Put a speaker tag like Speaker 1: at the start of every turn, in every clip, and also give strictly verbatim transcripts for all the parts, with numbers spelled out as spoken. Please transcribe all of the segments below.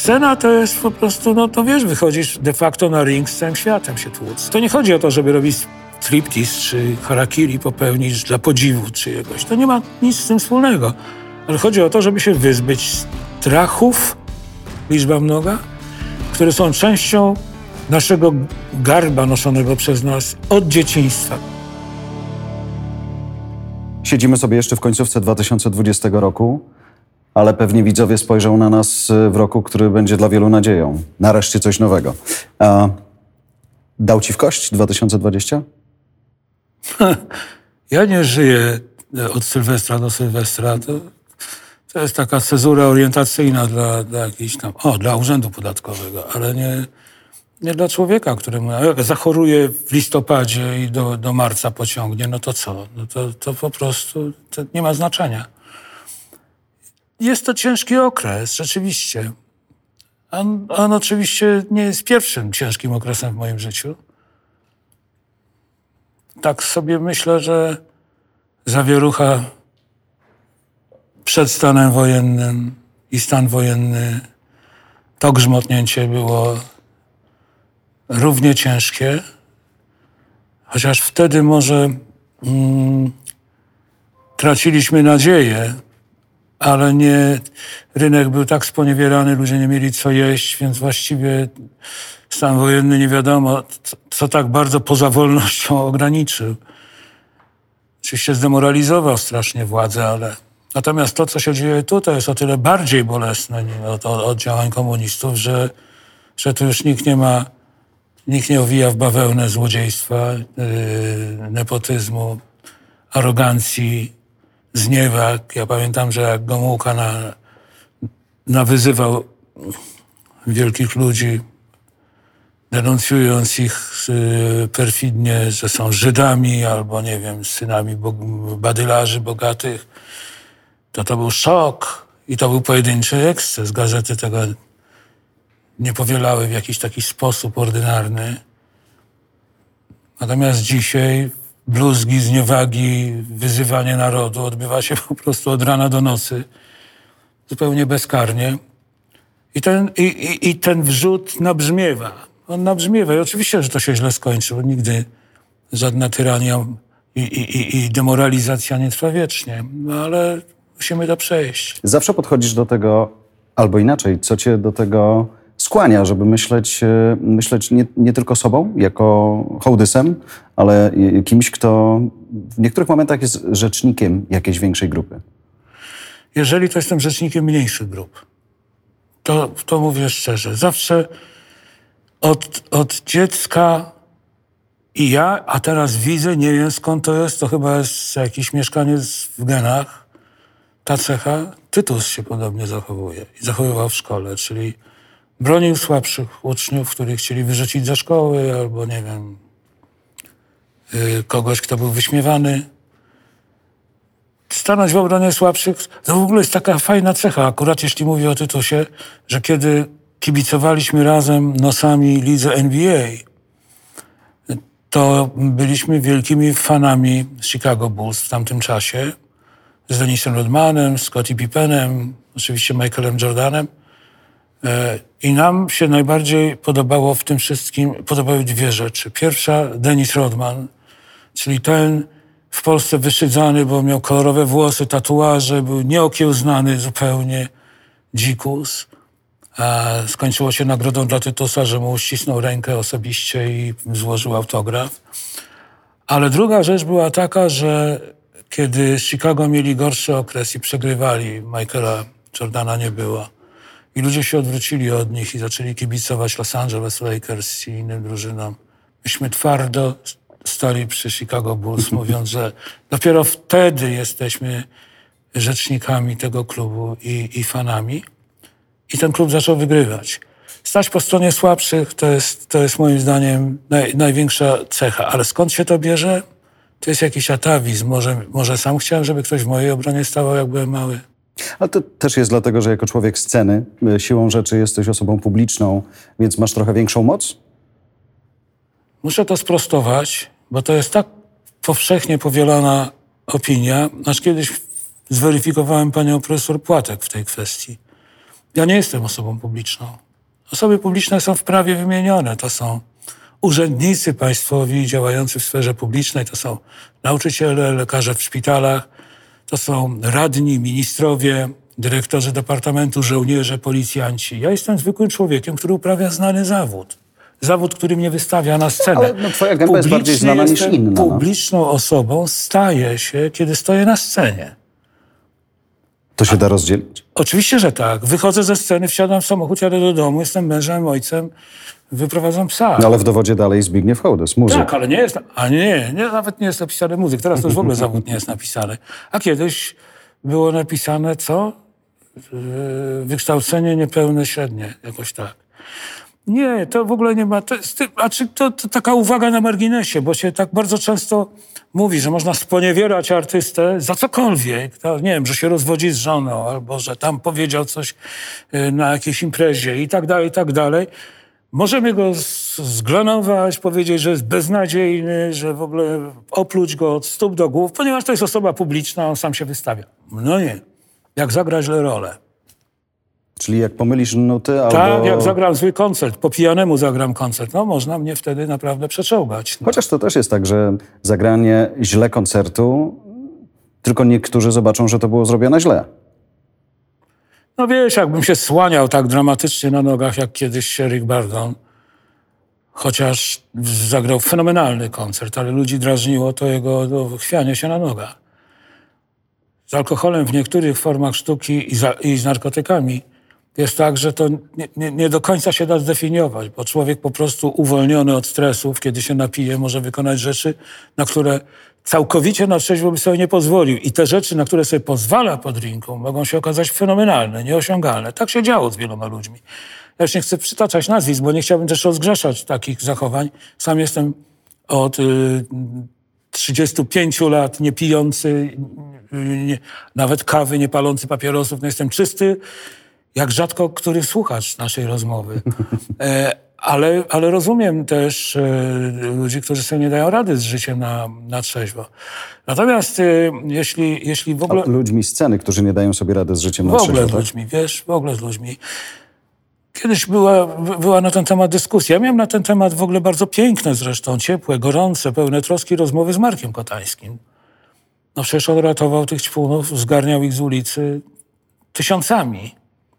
Speaker 1: scena to jest po prostu, no to wiesz, wychodzisz de facto na ring z całym światem się tłuc. To nie chodzi o to, żeby robić striptease czy harakiri popełnić dla podziwu czyjegoś. To nie ma nic z tym wspólnego. Ale chodzi o to, żeby się wyzbyć strachów, liczba mnoga, które są częścią naszego garba noszonego przez nas od dzieciństwa.
Speaker 2: Siedzimy sobie jeszcze w końcówce dwa tysiące dwudziestego roku, ale pewnie widzowie spojrzą na nas w roku, który będzie dla wielu nadzieją. Nareszcie coś nowego. A dał ci w kość dwa tysiące dwudziesty?
Speaker 1: Ja nie żyję od Sylwestra do Sylwestra. To, to jest taka cezura orientacyjna dla, dla jakiejś tam, o, dla urzędu podatkowego, ale nie, nie dla człowieka, któremu jak zachoruje w listopadzie i do, do marca pociągnie, no to co? No to, to po prostu to nie ma znaczenia. Jest to ciężki okres, rzeczywiście. On, on oczywiście nie jest pierwszym ciężkim okresem w moim życiu. Tak sobie myślę, że zawierucha przed stanem wojennym i stan wojenny, to grzmotnięcie było równie ciężkie, chociaż wtedy może mm, traciliśmy nadzieję, ale nie, rynek był tak sponiewierany, ludzie nie mieli co jeść, więc właściwie stan wojenny nie wiadomo, co tak bardzo poza wolnością ograniczył. Oczywiście zdemoralizował strasznie władzę, ale natomiast to, co się dzieje tutaj, jest o tyle bardziej bolesne od, od działań komunistów, że, że tu już nikt nie ma, nikt nie owija w bawełnę złodziejstwa, yy, nepotyzmu, arogancji, zniewag. Ja pamiętam, że jak Gomułka na, nawyzywał wielkich ludzi, denuncjując ich y, perfidnie, że są Żydami albo, nie wiem, synami bo, badylarzy bogatych, to to był szok i to był pojedynczy eksces. Gazety tego nie powielały w jakiś taki sposób ordynarny. Natomiast dzisiaj bluzgi, zniewagi, wyzywanie narodu odbywa się po prostu od rana do nocy, zupełnie bezkarnie. I ten, i, i, i ten wrzód nabrzmiewa. On nabrzmiewa i oczywiście, że to się źle skończy, bo nigdy żadna tyrania i, i, i demoralizacja nie trwa wiecznie. No ale musimy to przejść.
Speaker 2: Zawsze podchodzisz do tego, albo inaczej, co cię do tego skłania, żeby myśleć, myśleć nie, nie tylko sobą, jako hołdysem, ale kimś, kto w niektórych momentach jest rzecznikiem jakiejś większej grupy.
Speaker 1: Jeżeli to jestem rzecznikiem mniejszych grup, to, to mówię szczerze. Zawsze od, od dziecka i ja, a teraz widzę, nie wiem skąd to jest, to chyba jest jakiś mieszkaniec w genach, ta cecha, Tytus się podobnie zachowuje i zachowywał w szkole, czyli bronił słabszych uczniów, których chcieli wyrzucić ze szkoły, albo nie wiem, yy, kogoś, kto był wyśmiewany. Stanąć w obronie słabszych, to w ogóle jest taka fajna cecha, akurat jeśli mówię o Tytusie, że kiedy kibicowaliśmy razem nosami lidze N B A, to byliśmy wielkimi fanami Chicago Bulls w tamtym czasie, z Dennisem Rodmanem, Scottie Pippenem, oczywiście Michaelem Jordanem. I nam się najbardziej podobało w tym wszystkim, podobały dwie rzeczy. Pierwsza, Dennis Rodman, czyli ten w Polsce wyszydzany, bo miał kolorowe włosy, tatuaże, był nieokiełznany zupełnie dzikus. A skończyło się nagrodą dla Tytusa, że mu uścisnął rękę osobiście i złożył autograf. Ale druga rzecz była taka, że kiedy Chicago mieli gorszy okres i przegrywali, Michaela Jordana nie było, i ludzie się odwrócili od nich i zaczęli kibicować Los Angeles Lakers i innym drużynom, myśmy twardo stali przy Chicago Bulls, mówiąc, że dopiero wtedy jesteśmy rzecznikami tego klubu i, i fanami. I ten klub zaczął wygrywać. Stać po stronie słabszych to jest, to jest moim zdaniem naj, największa cecha. Ale skąd się to bierze? To jest jakiś atawizm. Może, może sam chciałem, żeby ktoś w mojej obronie stawał, jak byłem mały.
Speaker 2: Ale to też jest dlatego, że jako człowiek sceny, siłą rzeczy jesteś osobą publiczną, więc masz trochę większą moc?
Speaker 1: Muszę to sprostować, bo to jest tak powszechnie powielana opinia, aż kiedyś zweryfikowałem panią profesor Płatek w tej kwestii. Ja nie jestem osobą publiczną. Osoby publiczne są w prawie wymienione. To są urzędnicy państwowi działający w sferze publicznej, to są nauczyciele, lekarze w szpitalach, to są radni, ministrowie, dyrektorzy departamentu, żołnierze, policjanci. Ja jestem zwykłym człowiekiem, który uprawia znany zawód. Zawód, który mnie wystawia na scenę.
Speaker 2: Ale no, twoja gęba jest bardziej znana niż inna. No.
Speaker 1: Publiczną osobą staję się, kiedy stoję na scenie.
Speaker 2: To się da rozdzielić?
Speaker 1: Oczywiście, że tak. Wychodzę ze sceny, wsiadam w samochód, jadę do domu, jestem mężem, ojcem, wyprowadzam psa.
Speaker 2: No ale w dowodzie dalej Zbigniew Hołdys, muzyk.
Speaker 1: Tak, ale nie jest, a nie, nie, nawet nie jest napisany muzyk. Teraz to już w ogóle zawód nie jest napisany. A kiedyś było napisane co? Wykształcenie niepełne średnie, jakoś tak. Nie, to w ogóle nie ma... To, a czy to, to taka uwaga na marginesie, bo się tak bardzo często mówi, że można sponiewierać artystę za cokolwiek. To, nie wiem, że się rozwodzi z żoną, albo że tam powiedział coś na jakiejś imprezie i tak dalej, i tak dalej. Możemy go zglanować, powiedzieć, że jest beznadziejny, że w ogóle opluć go od stóp do głów, ponieważ to jest osoba publiczna, on sam się wystawia. No nie. Jak zagra źle rolę.
Speaker 2: Czyli jak pomylisz nuty albo...
Speaker 1: Tak, jak zagram zły koncert, po pijanemu zagram koncert, no można mnie wtedy naprawdę przeczołgać. No.
Speaker 2: Chociaż to też jest tak, że zagranie źle koncertu, tylko niektórzy zobaczą, że to było zrobione źle.
Speaker 1: No wiesz, jakbym się słaniał tak dramatycznie na nogach, jak kiedyś Eric Burdon, chociaż zagrał fenomenalny koncert, ale ludzi drażniło to jego no, chwianie się na nogach. Z alkoholem w niektórych formach sztuki i, za, i z narkotykami jest tak, że to nie, nie, nie do końca się da zdefiniować, bo człowiek po prostu uwolniony od stresów, kiedy się napije, może wykonać rzeczy, na które całkowicie na trzeźwo by sobie nie pozwolił. I te rzeczy, na które sobie pozwala po drinku, mogą się okazać fenomenalne, nieosiągalne. Tak się działo z wieloma ludźmi. Ja już nie chcę przytaczać nazwisk, bo nie chciałbym też rozgrzeszać takich zachowań. Sam jestem od y, trzydziestu pięciu lat nie pijący, nie, nawet kawy, nie palący papierosów. No jestem czysty, jak rzadko który słuchacz naszej rozmowy. E, ale, ale rozumiem też e, ludzi, którzy sobie nie dają rady z życiem na, na trzeźwo. Natomiast e, jeśli, jeśli w ogóle...
Speaker 2: A ludźmi sceny, którzy nie dają sobie rady z życiem na
Speaker 1: W
Speaker 2: trzeźwo,
Speaker 1: ogóle z
Speaker 2: tak?
Speaker 1: ludźmi, wiesz, w ogóle z ludźmi. Kiedyś była, była na ten temat dyskusja. Ja miałem na ten temat w ogóle bardzo piękne zresztą, ciepłe, gorące, pełne troski rozmowy z Markiem Kotańskim. No przecież on ratował tych ćpunów, zgarniał ich z ulicy tysiącami.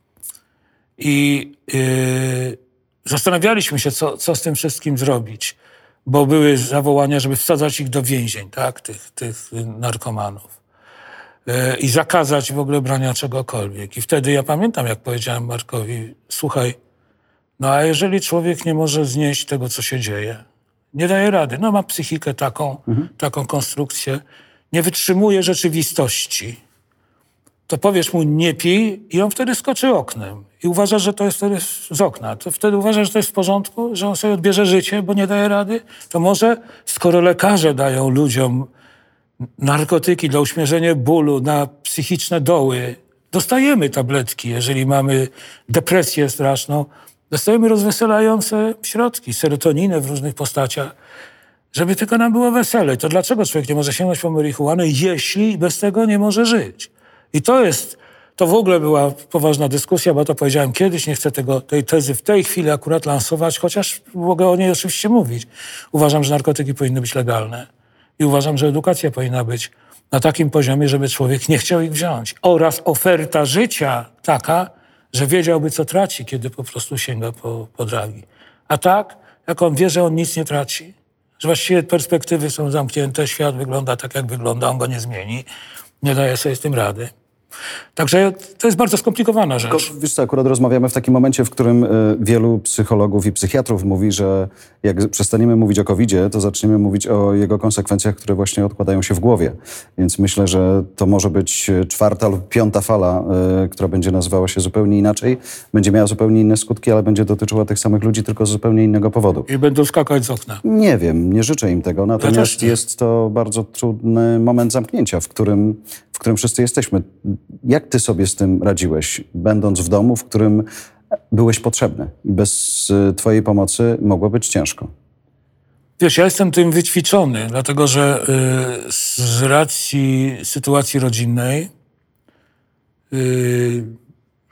Speaker 1: I yy, zastanawialiśmy się, co, co z tym wszystkim zrobić, bo były zawołania, żeby wsadzać ich do więzień, tak, tych, tych narkomanów. Yy, I zakazać w ogóle brania czegokolwiek. I wtedy ja pamiętam, jak powiedziałem Markowi, słuchaj, no a jeżeli człowiek nie może znieść tego, co się dzieje, nie daje rady, no ma psychikę taką, mhm. taką konstrukcję, nie wytrzymuje rzeczywistości, to powiesz mu nie pij i on wtedy skoczy oknem. I uważasz, że to jest wtedy z okna. To wtedy uważasz, że to jest w porządku, że on sobie odbierze życie, bo nie daje rady? To może, skoro lekarze dają ludziom narkotyki dla uśmierzenia bólu na psychiczne doły, dostajemy tabletki, jeżeli mamy depresję straszną, dostajemy rozweselające środki, serotoninę w różnych postaciach, żeby tylko nam było wesele. To dlaczego człowiek nie może sięgnąć po marihuanę, jeśli bez tego nie może żyć? I to jest, to w ogóle była poważna dyskusja, bo to powiedziałem kiedyś, nie chcę tego, tej tezy w tej chwili akurat lansować, chociaż mogę o niej oczywiście mówić. Uważam, że narkotyki powinny być legalne i uważam, że edukacja powinna być na takim poziomie, żeby człowiek nie chciał ich wziąć. Oraz oferta życia taka, że wiedziałby, co traci, kiedy po prostu sięga po, po dragi. A tak, jak on wie, że on nic nie traci, że właściwie perspektywy są zamknięte, świat wygląda tak, jak wygląda, on go nie zmieni, nie daje sobie z tym rady. Także to jest bardzo skomplikowana rzecz.
Speaker 2: Tylko, wiesz co, akurat rozmawiamy w takim momencie, w którym y, wielu psychologów i psychiatrów mówi, że jak przestaniemy mówić o kowidzie, to zaczniemy mówić o jego konsekwencjach, które właśnie odkładają się w głowie. Więc myślę, że to może być czwarta lub piąta fala, y, która będzie nazywała się zupełnie inaczej. Będzie miała zupełnie inne skutki, ale będzie dotyczyła tych samych ludzi, tylko z zupełnie innego powodu.
Speaker 1: I będą skakać z okna.
Speaker 2: Nie wiem, nie życzę im tego. Natomiast
Speaker 1: ja
Speaker 2: jest to bardzo trudny moment zamknięcia, w którym, w którym wszyscy jesteśmy. Jak ty sobie z tym radziłeś, będąc w domu, w którym byłeś potrzebny i bez twojej pomocy mogło być ciężko?
Speaker 1: Wiesz, ja jestem tym wyćwiczony, dlatego że y, z racji sytuacji rodzinnej y,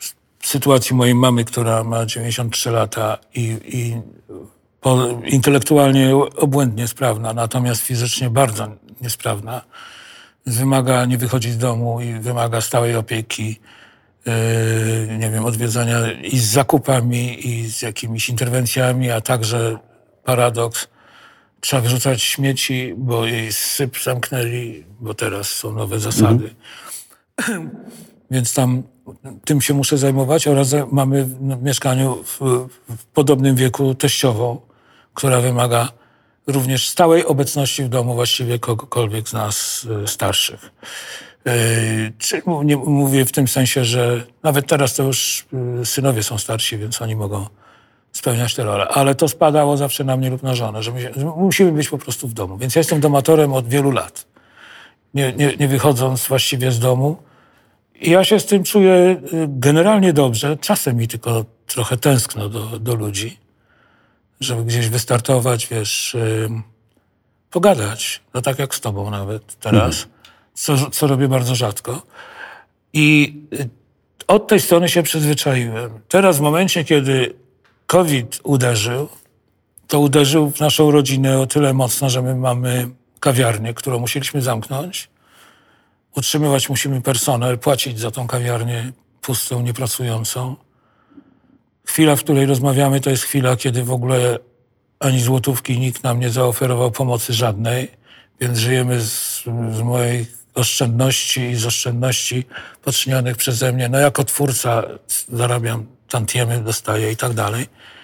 Speaker 1: sytuacji mojej mamy, która ma dziewięćdziesiąt trzy lata i, i po, intelektualnie obłędnie sprawna, natomiast fizycznie bardzo niesprawna, wymaga nie wychodzić z domu i wymaga stałej opieki, yy, nie wiem, odwiedzania i z zakupami, i z jakimiś interwencjami, a także paradoks, trzeba wyrzucać śmieci, bo jej syp zamknęli, bo teraz są nowe zasady. Mhm. Więc tam tym się muszę zajmować oraz mamy w mieszkaniu w, w podobnym wieku teściową, która wymaga również stałej obecności w domu właściwie kogokolwiek z nas starszych. Yy, czy nie, mówię w tym sensie, że nawet teraz to już synowie są starsi, więc oni mogą spełniać tę rolę. Ale to spadało zawsze na mnie lub na żonę, że, my, że musimy być po prostu w domu. Więc ja jestem domatorem od wielu lat, nie, nie, nie wychodząc właściwie z domu. I ja się z tym czuję generalnie dobrze. Czasem mi tylko trochę tęskno do, do ludzi, żeby gdzieś wystartować, wiesz, yy, pogadać. No tak jak z tobą nawet teraz, mhm. co, co robię bardzo rzadko. I yy, od tej strony się przyzwyczaiłem. Teraz w momencie, kiedy COVID uderzył, to uderzył w naszą rodzinę o tyle mocno, że my mamy kawiarnię, którą musieliśmy zamknąć. Utrzymywać musimy personel, płacić za tą kawiarnię pustą, niepracującą. Chwila, w której rozmawiamy, to jest chwila, kiedy w ogóle ani złotówki nikt nam nie zaoferował pomocy żadnej, więc żyjemy z, z mojej oszczędności i z oszczędności poczynionych przeze mnie. No jako twórca zarabiam tantiemy, dostaję i tak dalej.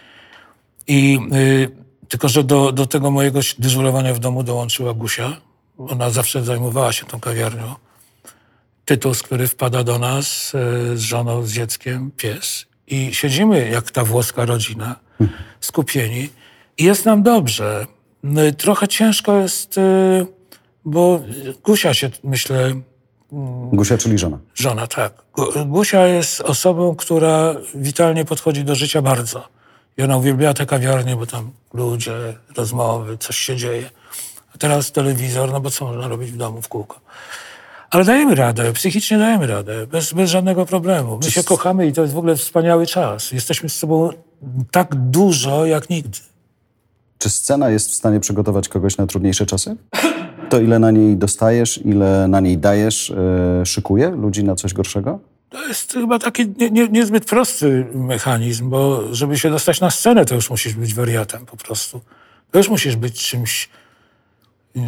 Speaker 1: I y, tylko, że do, do tego mojego dyżurowania w domu dołączyła Gusia. Ona zawsze zajmowała się tą kawiarnią. Tytus, który wpada do nas y, z żoną, z dzieckiem, pies. I siedzimy jak ta włoska rodzina, skupieni. I jest nam dobrze. Y, trochę ciężko jest, y, bo Gusia się, myślę... Y,
Speaker 2: Gusia, czyli żona.
Speaker 1: Żona, tak. Gusia jest osobą, która witalnie podchodzi do życia bardzo. I ona uwielbia tę kawiarnię, bo tam ludzie, rozmowy, coś się dzieje. A teraz telewizor, no bo co można robić w domu w kółko. Ale dajemy radę, psychicznie dajemy radę, bez, bez żadnego problemu. My się kochamy i to jest w ogóle wspaniały czas. Jesteśmy z sobą tak dużo jak nigdy.
Speaker 2: Czy scena jest w stanie przygotować kogoś na trudniejsze czasy? To ile na niej dostajesz, ile na niej dajesz, yy, szykuje ludzi na coś gorszego?
Speaker 1: To jest chyba taki nie, nie, niezbyt prosty mechanizm, bo żeby się dostać na scenę, to już musisz być wariatem po prostu. To już musisz być czymś yy,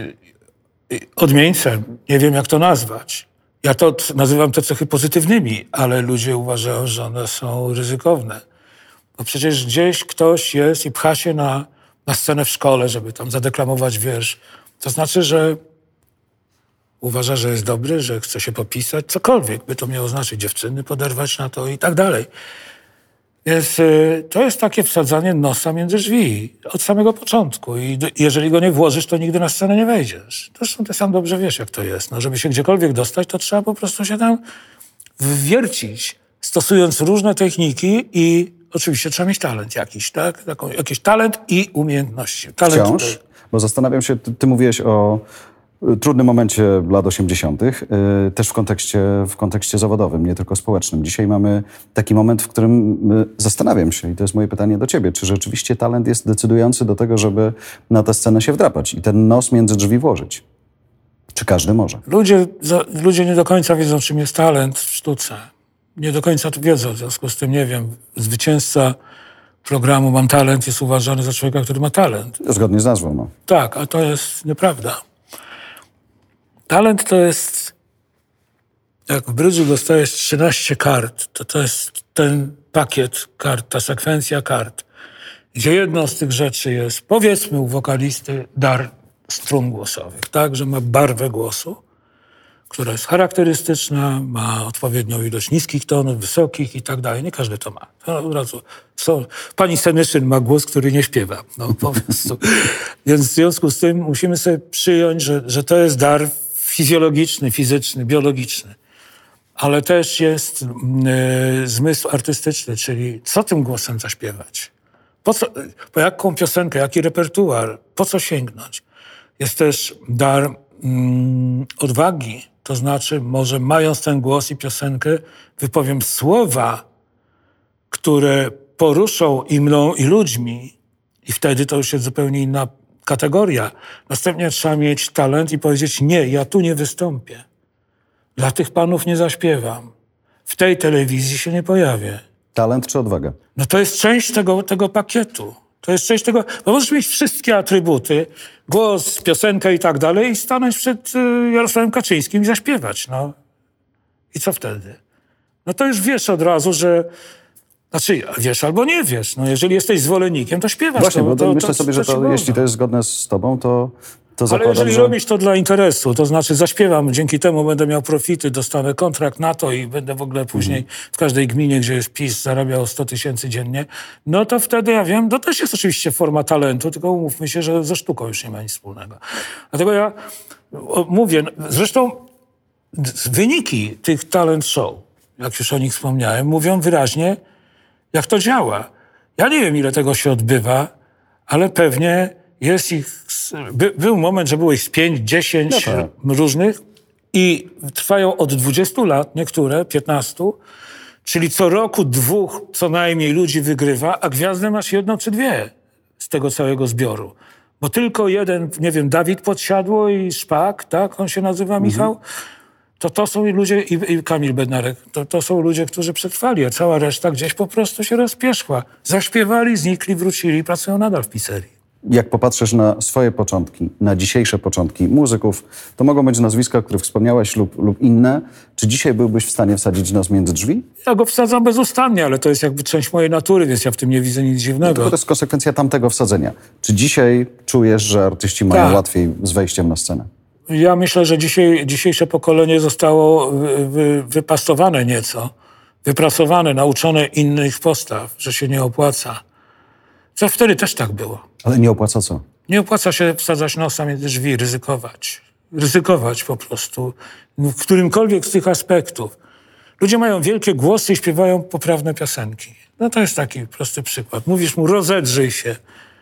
Speaker 1: odmieńcem. Nie wiem, jak to nazwać. Ja to nazywam te cechy pozytywnymi, ale ludzie uważają, że one są ryzykowne. Bo przecież gdzieś ktoś jest i pcha się na, na scenę w szkole, żeby tam zadeklamować wiersz. To znaczy, że uważa, że jest dobry, że chce się popisać, cokolwiek by to miało znaczyć, dziewczyny poderwać na to i tak dalej. Więc y, to jest takie wsadzanie nosa między drzwi od samego początku i d- jeżeli go nie włożysz, to nigdy na scenę nie wejdziesz. Zresztą ty sam dobrze wiesz, jak to jest. No, żeby się gdziekolwiek dostać, to trzeba po prostu się tam wwiercić, stosując różne techniki i oczywiście trzeba mieć talent jakiś, tak? Taką, jakiś talent i umiejętności. Talent
Speaker 2: Wciąż?
Speaker 1: tutaj.
Speaker 2: Bo zastanawiam się, ty, ty mówiłeś o trudnym momencie lat osiemdziesiątych, yy, też w kontekście, w kontekście zawodowym, nie tylko społecznym. Dzisiaj mamy taki moment, w którym yy, zastanawiam się, i to jest moje pytanie do ciebie, czy rzeczywiście talent jest decydujący do tego, żeby na tę scenę się wdrapać i ten nos między drzwi włożyć? Czy każdy może?
Speaker 1: Ludzie, za, ludzie nie do końca wiedzą, czym jest talent w sztuce. Nie do końca to wiedzą, w związku z tym, nie wiem, zwycięzca programu Mam Talent jest uważany za człowieka, który ma talent.
Speaker 2: Zgodnie z nazwą, no.
Speaker 1: Tak, a to jest nieprawda. Talent to jest, jak w brydżu dostajesz trzynaście kart, to to jest ten pakiet kart, ta sekwencja kart, gdzie jedną z tych rzeczy jest, powiedzmy u wokalisty, dar strun głosowych, tak, że ma barwę głosu, która jest charakterystyczna, ma odpowiednią ilość niskich tonów, wysokich i tak dalej. Nie każdy to ma. To od razu są, pani Senyszyn ma głos, który nie śpiewa. No po prostu. Więc w związku z tym musimy sobie przyjąć, że, że to jest dar fizjologiczny, fizyczny, biologiczny. Ale też jest yy, zmysł artystyczny, czyli co tym głosem zaśpiewać? Po co, po jaką piosenkę, jaki repertuar, po co sięgnąć? Jest też dar mm, odwagi, to znaczy może mając ten głos i piosenkę wypowiem słowa które poruszą i mną, i ludźmi, i wtedy to już jest zupełnie inna kategoria. Następnie trzeba mieć talent i powiedzieć, nie, ja tu nie wystąpię. Dla tych panów nie zaśpiewam. W tej telewizji się nie pojawię.
Speaker 2: Talent czy odwaga?
Speaker 1: No to jest część tego, tego pakietu. To jest część tego... Bo możesz mieć wszystkie atrybuty, głos, piosenkę i tak dalej i stanąć przed Jarosławem Kaczyńskim i zaśpiewać. No. I co wtedy? No to już wiesz od razu, że... Znaczy, wiesz albo nie wiesz. No, jeżeli jesteś zwolennikiem, to śpiewasz.
Speaker 2: Właśnie,
Speaker 1: to,
Speaker 2: bo to,
Speaker 1: to,
Speaker 2: myślę
Speaker 1: to,
Speaker 2: sobie, że to,
Speaker 1: to
Speaker 2: jeśli to jest zgodne z tobą, to, to
Speaker 1: Ale
Speaker 2: zakładam,
Speaker 1: jeżeli
Speaker 2: że...
Speaker 1: robisz to dla interesu, to znaczy zaśpiewam, dzięki temu będę miał profity, dostanę kontrakt na to i będę w ogóle później
Speaker 2: Mhm.
Speaker 1: w każdej gminie, gdzie jest PiS, zarabiał sto tysięcy dziennie, no to wtedy ja wiem, to też jest oczywiście forma talentu, tylko umówmy się, że ze sztuką już nie ma nic wspólnego. Dlatego ja o, mówię, zresztą wyniki tych talent show, jak już o nich wspomniałem, mówią wyraźnie, jak to działa. Ja nie wiem, ile tego się odbywa, ale pewnie jest ich... By, był moment, że było ich z pięć, dziesięć
Speaker 2: No tak.
Speaker 1: różnych i trwają od dwudziestu lat, niektóre, piętnastu, czyli co roku dwóch co najmniej ludzi wygrywa, a gwiazdę masz jedną czy dwie z tego całego zbioru. Bo tylko jeden, nie wiem, Dawid Podsiadło i Szpak, tak, on się nazywa,
Speaker 2: Mhm.
Speaker 1: Michał, to to są ludzie, i, i Kamil Bednarek, to, to są ludzie, którzy przetrwali, a cała reszta gdzieś po prostu się rozpieszła. Zaśpiewali, znikli, wrócili i pracują nadal w pizzerii.
Speaker 2: Jak popatrzysz na swoje początki, na dzisiejsze początki muzyków, to mogą być nazwiska, o których wspomniałeś lub, lub inne. Czy dzisiaj byłbyś w stanie wsadzić nos między drzwi?
Speaker 1: Ja go wsadzam bezustannie, ale to jest jakby część mojej natury, więc ja w tym nie widzę nic dziwnego.
Speaker 2: Tylko to jest konsekwencja tamtego wsadzenia. Czy dzisiaj czujesz, że artyści mają
Speaker 1: Tak.
Speaker 2: łatwiej z wejściem na scenę?
Speaker 1: Ja myślę, że dzisiaj, dzisiejsze pokolenie zostało wy, wy, wypastowane nieco, wyprasowane, nauczone innych postaw, że się nie opłaca. Co wtedy też tak było.
Speaker 2: Ale nie opłaca co?
Speaker 1: Nie opłaca się wsadzać nosa między drzwi, ryzykować. Ryzykować po prostu w którymkolwiek z tych aspektów. Ludzie mają wielkie głosy i śpiewają poprawne piosenki. No to jest taki prosty przykład. Mówisz mu, rozedrzyj się.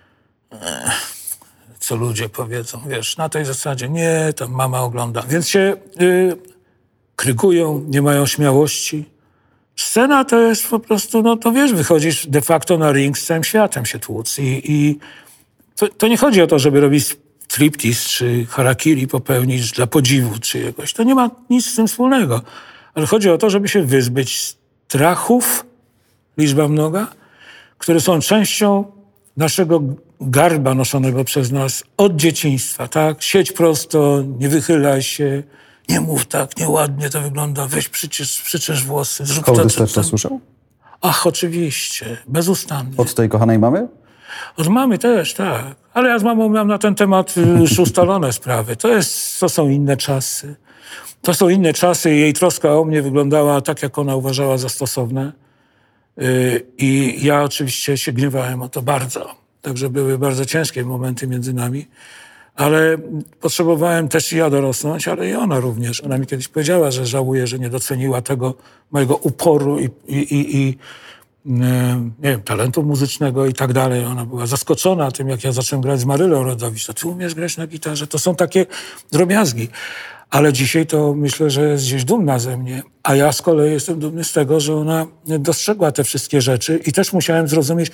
Speaker 1: Ech, co ludzie powiedzą, wiesz, na tej zasadzie, nie, tam mama ogląda. Więc się y, krygują, nie mają śmiałości. Scena to jest po prostu, no to wiesz, wychodzisz de facto na ring z całym światem się tłuc. I, i to, to nie chodzi o to, żeby robić striptease czy harakiri popełnić dla podziwu czyjegoś. To nie ma nic z tym wspólnego. Ale chodzi o to, żeby się wyzbyć strachów, liczba mnoga, które są częścią naszego garba noszonego przez nas od dzieciństwa, tak? Siedź prosto, nie wychylaj się, nie mów tak, nieładnie to wygląda, weź przyczesz, przyczesz włosy, zrób to,
Speaker 2: Hołdys
Speaker 1: co
Speaker 2: też to
Speaker 1: tam.
Speaker 2: słyszał?
Speaker 1: Ach, oczywiście, bezustannie.
Speaker 2: Od tej kochanej mamy?
Speaker 1: Od mamy też, tak. Ale ja z mamą miałem na ten temat już ustalone sprawy. To, jest, to są inne czasy. To są inne czasy i jej troska o mnie wyglądała tak, jak ona uważała za stosowne. Yy, I ja oczywiście się gniewałem o to bardzo. Także były bardzo ciężkie momenty między nami. Ale potrzebowałem też i ja dorosnąć, ale i ona również. Ona mi kiedyś powiedziała, że żałuje, że nie doceniła tego mojego uporu i, i, i, i nie wiem, talentu muzycznego i tak dalej. Ona była zaskoczona tym, jak ja zacząłem grać z Marylą Rodowicz. To ty umiesz grać na gitarze? To są takie drobiazgi. Ale dzisiaj to myślę, że jest gdzieś dumna ze mnie. A ja z kolei jestem dumny z tego, że ona dostrzegła te wszystkie rzeczy i też musiałem zrozumieć.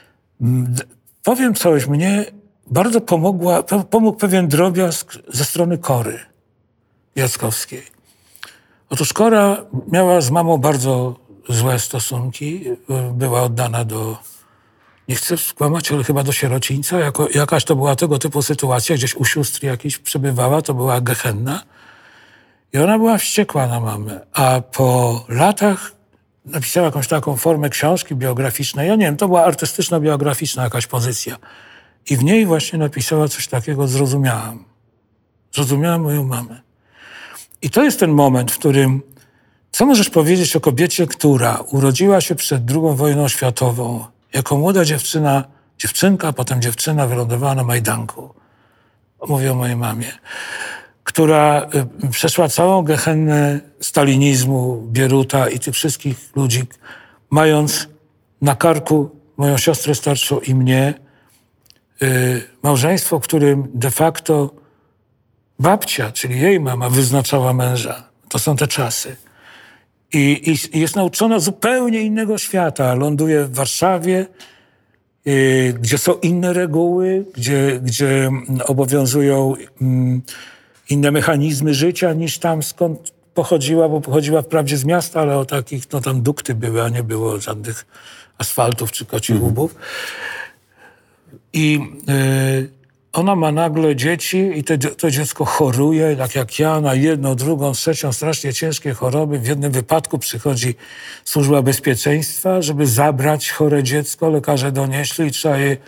Speaker 1: Powiem coś, mnie bardzo pomogła, pomógł pewien drobiazg ze strony Kory Jackowskiej. Otóż Kora miała z mamą bardzo złe stosunki. Była oddana do, nie chcę skłamać, ale chyba do sierocińca. Jako, jakaś to była tego typu sytuacja, gdzieś u sióstr jakiejś przebywała, to była gehenna. I ona była wściekła na mamę. A po latach napisała jakąś taką formę książki biograficznej. Ja nie wiem, to była artystyczno-biograficzna jakaś pozycja. I w niej właśnie napisała coś takiego, zrozumiałam. Zrozumiałam moją mamę. I to jest ten moment, w którym, co możesz powiedzieć o kobiecie, która urodziła się przed drugą wojną światową, jako młoda dziewczyna, dziewczynka, a potem dziewczyna wylądowała na Majdanku. Mówię o mojej mamie. Która y, przeszła całą gehennę stalinizmu, Bieruta i tych wszystkich ludzi, mając na karku moją siostrę starszą i mnie, y, małżeństwo, w którym de facto babcia, czyli jej mama, wyznaczała męża. To są te czasy. I, i jest nauczona zupełnie innego świata. Ląduje w Warszawie, y, gdzie są inne reguły, gdzie, gdzie obowiązują y, inne mechanizmy życia niż tam, skąd pochodziła, bo pochodziła wprawdzie z miasta, ale o takich, no tam dukty były, a nie było żadnych asfaltów czy kocich łubów. I y, ona ma nagle dzieci i to, to dziecko choruje, tak jak ja, na jedną, drugą, trzecią, strasznie ciężkie choroby. W jednym wypadku przychodzi służba bezpieczeństwa, żeby zabrać chore dziecko. Lekarze donieśli i trzeba je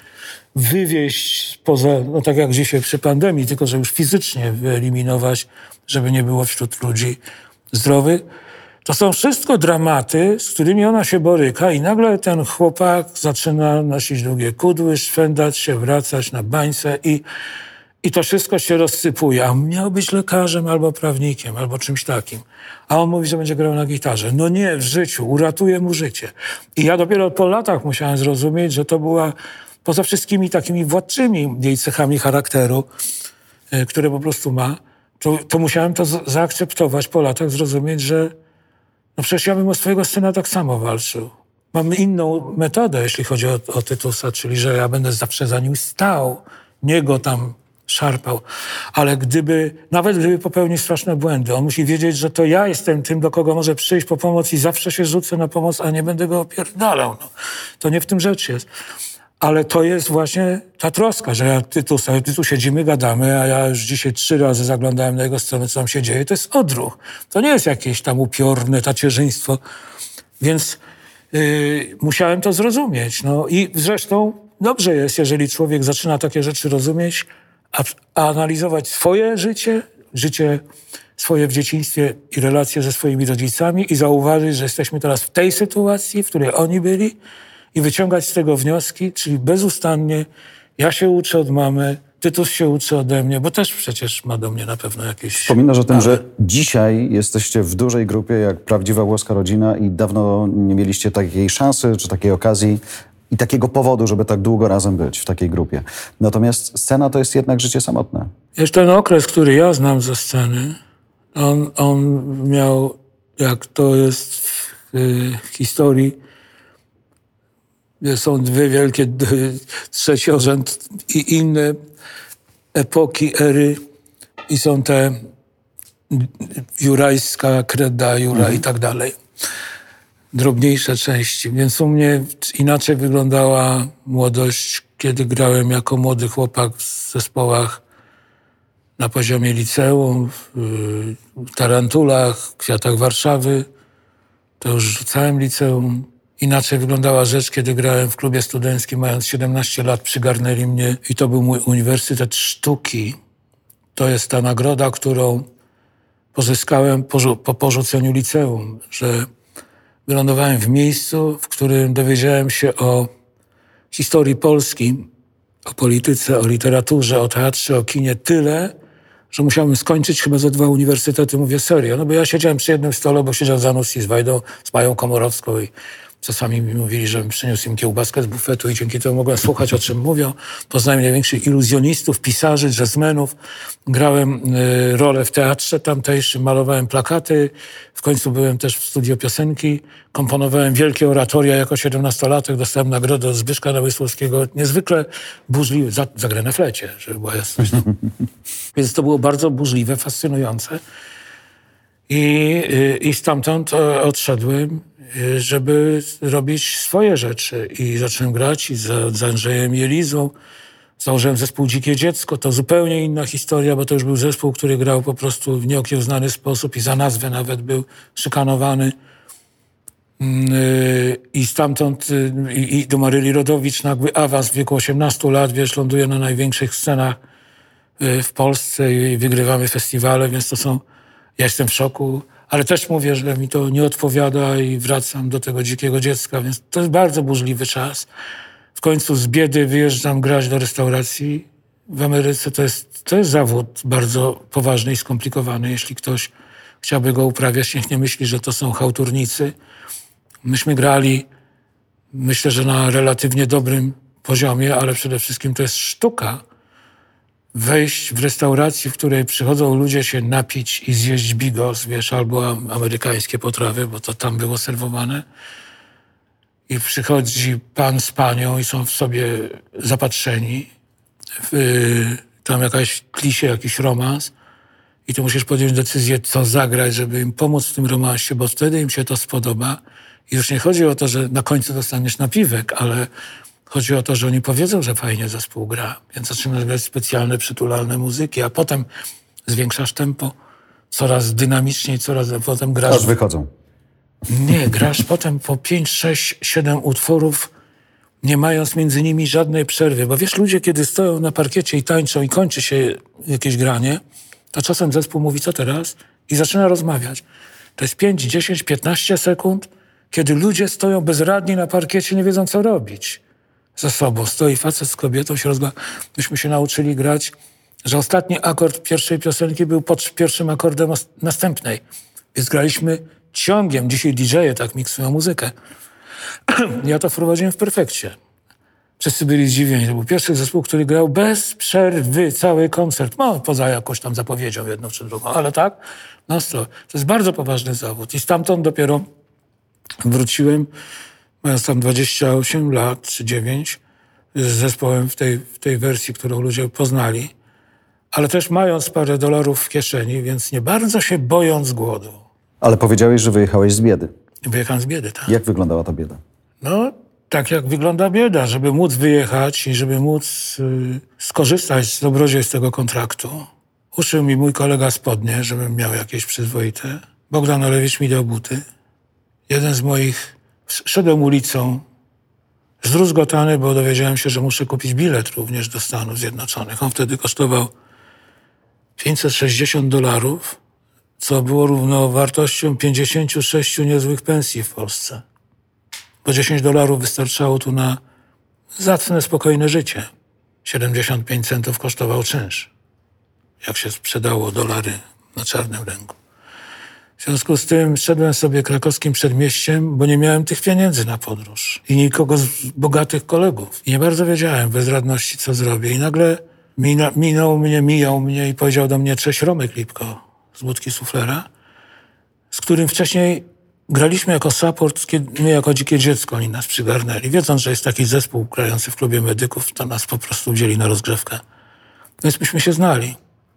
Speaker 1: wywieźć poza, no tak jak dzisiaj przy pandemii, tylko że już fizycznie wyeliminować, żeby nie było wśród ludzi zdrowych. To są wszystko dramaty, z którymi ona się boryka i nagle ten chłopak zaczyna nosić długie kudły, szwendać się, wracać na bańce i, i to wszystko się rozsypuje. A on miał być lekarzem albo prawnikiem, albo czymś takim. A on mówi, że będzie grał na gitarze. No nie, w życiu, uratuje mu życie. I ja dopiero po latach musiałem zrozumieć, że to była poza wszystkimi takimi władczymi jej cechami charakteru, y, które po prostu ma, to, to musiałem to z- zaakceptować po latach, zrozumieć, że no przecież ja bym o swojego syna tak samo walczył. Mamy inną metodę, jeśli chodzi o, o Tytusa, czyli że ja będę zawsze za nim stał, nie go tam szarpał. Ale gdyby, nawet gdyby popełnił straszne błędy, on musi wiedzieć, że to ja jestem tym, do kogo może przyjść po pomoc i zawsze się rzucę na pomoc, a nie będę go opierdalał. No. To nie w tym rzecz jest. Ale to jest właśnie ta troska, że ja Tytusa, ty tu siedzimy, gadamy, a ja już dzisiaj trzy razy zaglądałem na jego stronę, co tam się dzieje. To jest odruch. To nie jest jakieś tam upiorne tacierzyństwo. Więc yy, musiałem to zrozumieć. No i zresztą dobrze jest, jeżeli człowiek zaczyna takie rzeczy rozumieć, a, a analizować swoje życie, życie swoje w dzieciństwie i relacje ze swoimi rodzicami i zauważyć, że jesteśmy teraz w tej sytuacji, w której oni byli, i wyciągać z tego wnioski, czyli bezustannie ja się uczę od mamy, Tytus się uczy ode mnie, bo też przecież ma do mnie na pewno jakieś...
Speaker 2: Wspominasz o tym, że dzisiaj jesteście w dużej grupie jak prawdziwa włoska rodzina i dawno nie mieliście takiej szansy czy takiej okazji i takiego powodu, żeby tak długo razem być w takiej grupie. Natomiast scena to jest jednak życie samotne.
Speaker 1: Jeszcze ten okres, który ja znam ze sceny, on, on miał, jak to jest w y, historii, są dwie wielkie, trzeciorzęd i inne epoki, ery i są te jurajska, kreda, jura mhm. i tak dalej. Drobniejsze części. Więc u mnie inaczej wyglądała młodość, kiedy grałem jako młody chłopak w zespołach na poziomie liceum, w Tarantulach, Kwiatach Warszawy. To już rzucałem liceum. Inaczej wyglądała rzecz, kiedy grałem w klubie studenckim, mając siedemnaście lat, przygarnęli mnie i to był mój Uniwersytet Sztuki. To jest ta nagroda, którą pozyskałem po, po porzuceniu liceum, że wylądowałem w miejscu, w którym dowiedziałem się o historii Polski, o polityce, o literaturze, o teatrze, o kinie tyle, że musiałem skończyć chyba ze dwa uniwersytety. Mówię serio, no bo ja siedziałem przy jednym stole, bo siedział Zanussi z Wajdą, z Mają Komorowską i czasami mi mówili, żebym przyniósł im kiełbaskę z bufetu i dzięki temu mogłem słuchać, o czym mówią. Poznałem największych iluzjonistów, pisarzy, jazzmenów. Grałem y, rolę w teatrze tamtejszym, malowałem plakaty. W końcu byłem też w studio piosenki. Komponowałem wielkie oratoria jako siedemnastolatek. Dostałem nagrodę od Zbyszka Namysłowskiego. Niezwykle burzliwy, za, za grę na flecie, żeby była jasność. No. Więc to było bardzo burzliwe, fascynujące. I, y, i stamtąd odszedłem, żeby robić swoje rzeczy. I zacząłem grać i za, za Andrzejem i Elizą. Założyłem zespół Dzikie Dziecko. To zupełnie inna historia, bo to już był zespół, który grał po prostu w nieokiełznany sposób i za nazwę nawet był szykanowany. I stamtąd i, i do Maryli Rodowicz nagły awans w wieku osiemnastu lat, wiesz, ląduje na największych scenach w Polsce i wygrywamy festiwale, więc to są... Ja jestem w szoku, ale też mówię, że mi to nie odpowiada i wracam do tego Dzikiego Dziecka, więc to jest bardzo burzliwy czas. W końcu z biedy wyjeżdżam grać do restauracji. W Ameryce to jest, to jest zawód bardzo poważny i skomplikowany. Jeśli ktoś chciałby go uprawiać, niech nie myśli, że to są chałturnicy. Myśmy grali, myślę, że na relatywnie dobrym poziomie, ale przede wszystkim to jest sztuka. wejść w restauracji, w której przychodzą ludzie się napić i zjeść bigos, wiesz, albo amerykańskie potrawy, bo to tam było serwowane. I przychodzi pan z panią i są w sobie zapatrzeni. W, tam jakaś tli się jakiś romans i ty musisz podjąć decyzję, co zagrać, żeby im pomóc w tym romansie, bo wtedy im się to spodoba. I już nie chodzi o to, że na końcu dostaniesz napiwek, ale chodzi o to, że oni powiedzą, że fajnie zespół gra, więc zaczynasz grać specjalne, przytulalne muzyki, a potem zwiększasz tempo, coraz dynamiczniej, coraz potem grasz...
Speaker 2: Aż wychodzą.
Speaker 1: Nie, grasz potem po pięć, sześć, siedem utworów, nie mając między nimi żadnej przerwy. Bo wiesz, ludzie, kiedy stoją na parkiecie i tańczą i kończy się jakieś granie, to czasem zespół mówi, co teraz? I zaczyna rozmawiać. To jest pięć, dziesięć, piętnaście sekund, kiedy ludzie stoją bezradni na parkiecie, nie wiedzą, co robić ze sobą. Stoi facet z kobietą, się rozmawia. Myśmy się nauczyli grać, że ostatni akord pierwszej piosenki był pod pierwszym akordem następnej. Więc graliśmy ciągiem. Dzisiaj didżeje tak miksują muzykę. Ja to wprowadziłem w perfekcie. Wszyscy byli zdziwieni. To był pierwszy zespół, który grał bez przerwy cały koncert. No, poza jakąś tam zapowiedzią jedną czy drugą, ale tak, no to, to jest bardzo poważny zawód. I stamtąd dopiero wróciłem, mając tam dwadzieścia osiem lat czy dziewięć, z zespołem w tej, w tej wersji, którą ludzie poznali, ale też mając parę dolarów w kieszeni, więc nie bardzo się bojąc głodu.
Speaker 2: Ale powiedziałeś, że wyjechałeś z biedy.
Speaker 1: Wyjechałem z biedy, tak.
Speaker 2: Jak wyglądała ta bieda?
Speaker 1: No, tak jak wygląda bieda, żeby móc wyjechać i żeby móc y, skorzystać z dobrodziejstw tego kontraktu. Uszył mi mój kolega spodnie, żebym miał jakieś przyzwoite. Bogdan Olewicz mi dał buty. Jeden z moich... Szedłem ulicą, zdruzgotany, bo dowiedziałem się, że muszę kupić bilet również do Stanów Zjednoczonych. On wtedy kosztował pięćset sześćdziesiąt dolarów, co było równowartością pięćdziesięciu sześciu niezłych pensji w Polsce. Bo dziesięć dolarów wystarczało tu na zacne, spokojne życie. siedemdziesiąt pięć centów kosztował czynsz, jak się sprzedało dolary na czarnym rynku. W związku z tym szedłem sobie krakowskim przedmieściem, bo nie miałem tych pieniędzy na podróż. I nikogo z bogatych kolegów. I nie bardzo wiedziałem w bezradności, co zrobię. I nagle mina, minął mnie, mijał mnie i powiedział do mnie: cześć, Romek Lipko z Budki Suflera, z którym wcześniej graliśmy jako support, my jako dzikie dziecko, oni nas przygarnęli. Wiedząc, że jest taki zespół grający w klubie medyków, to nas po prostu wzięli na rozgrzewkę. Więc myśmy się znali.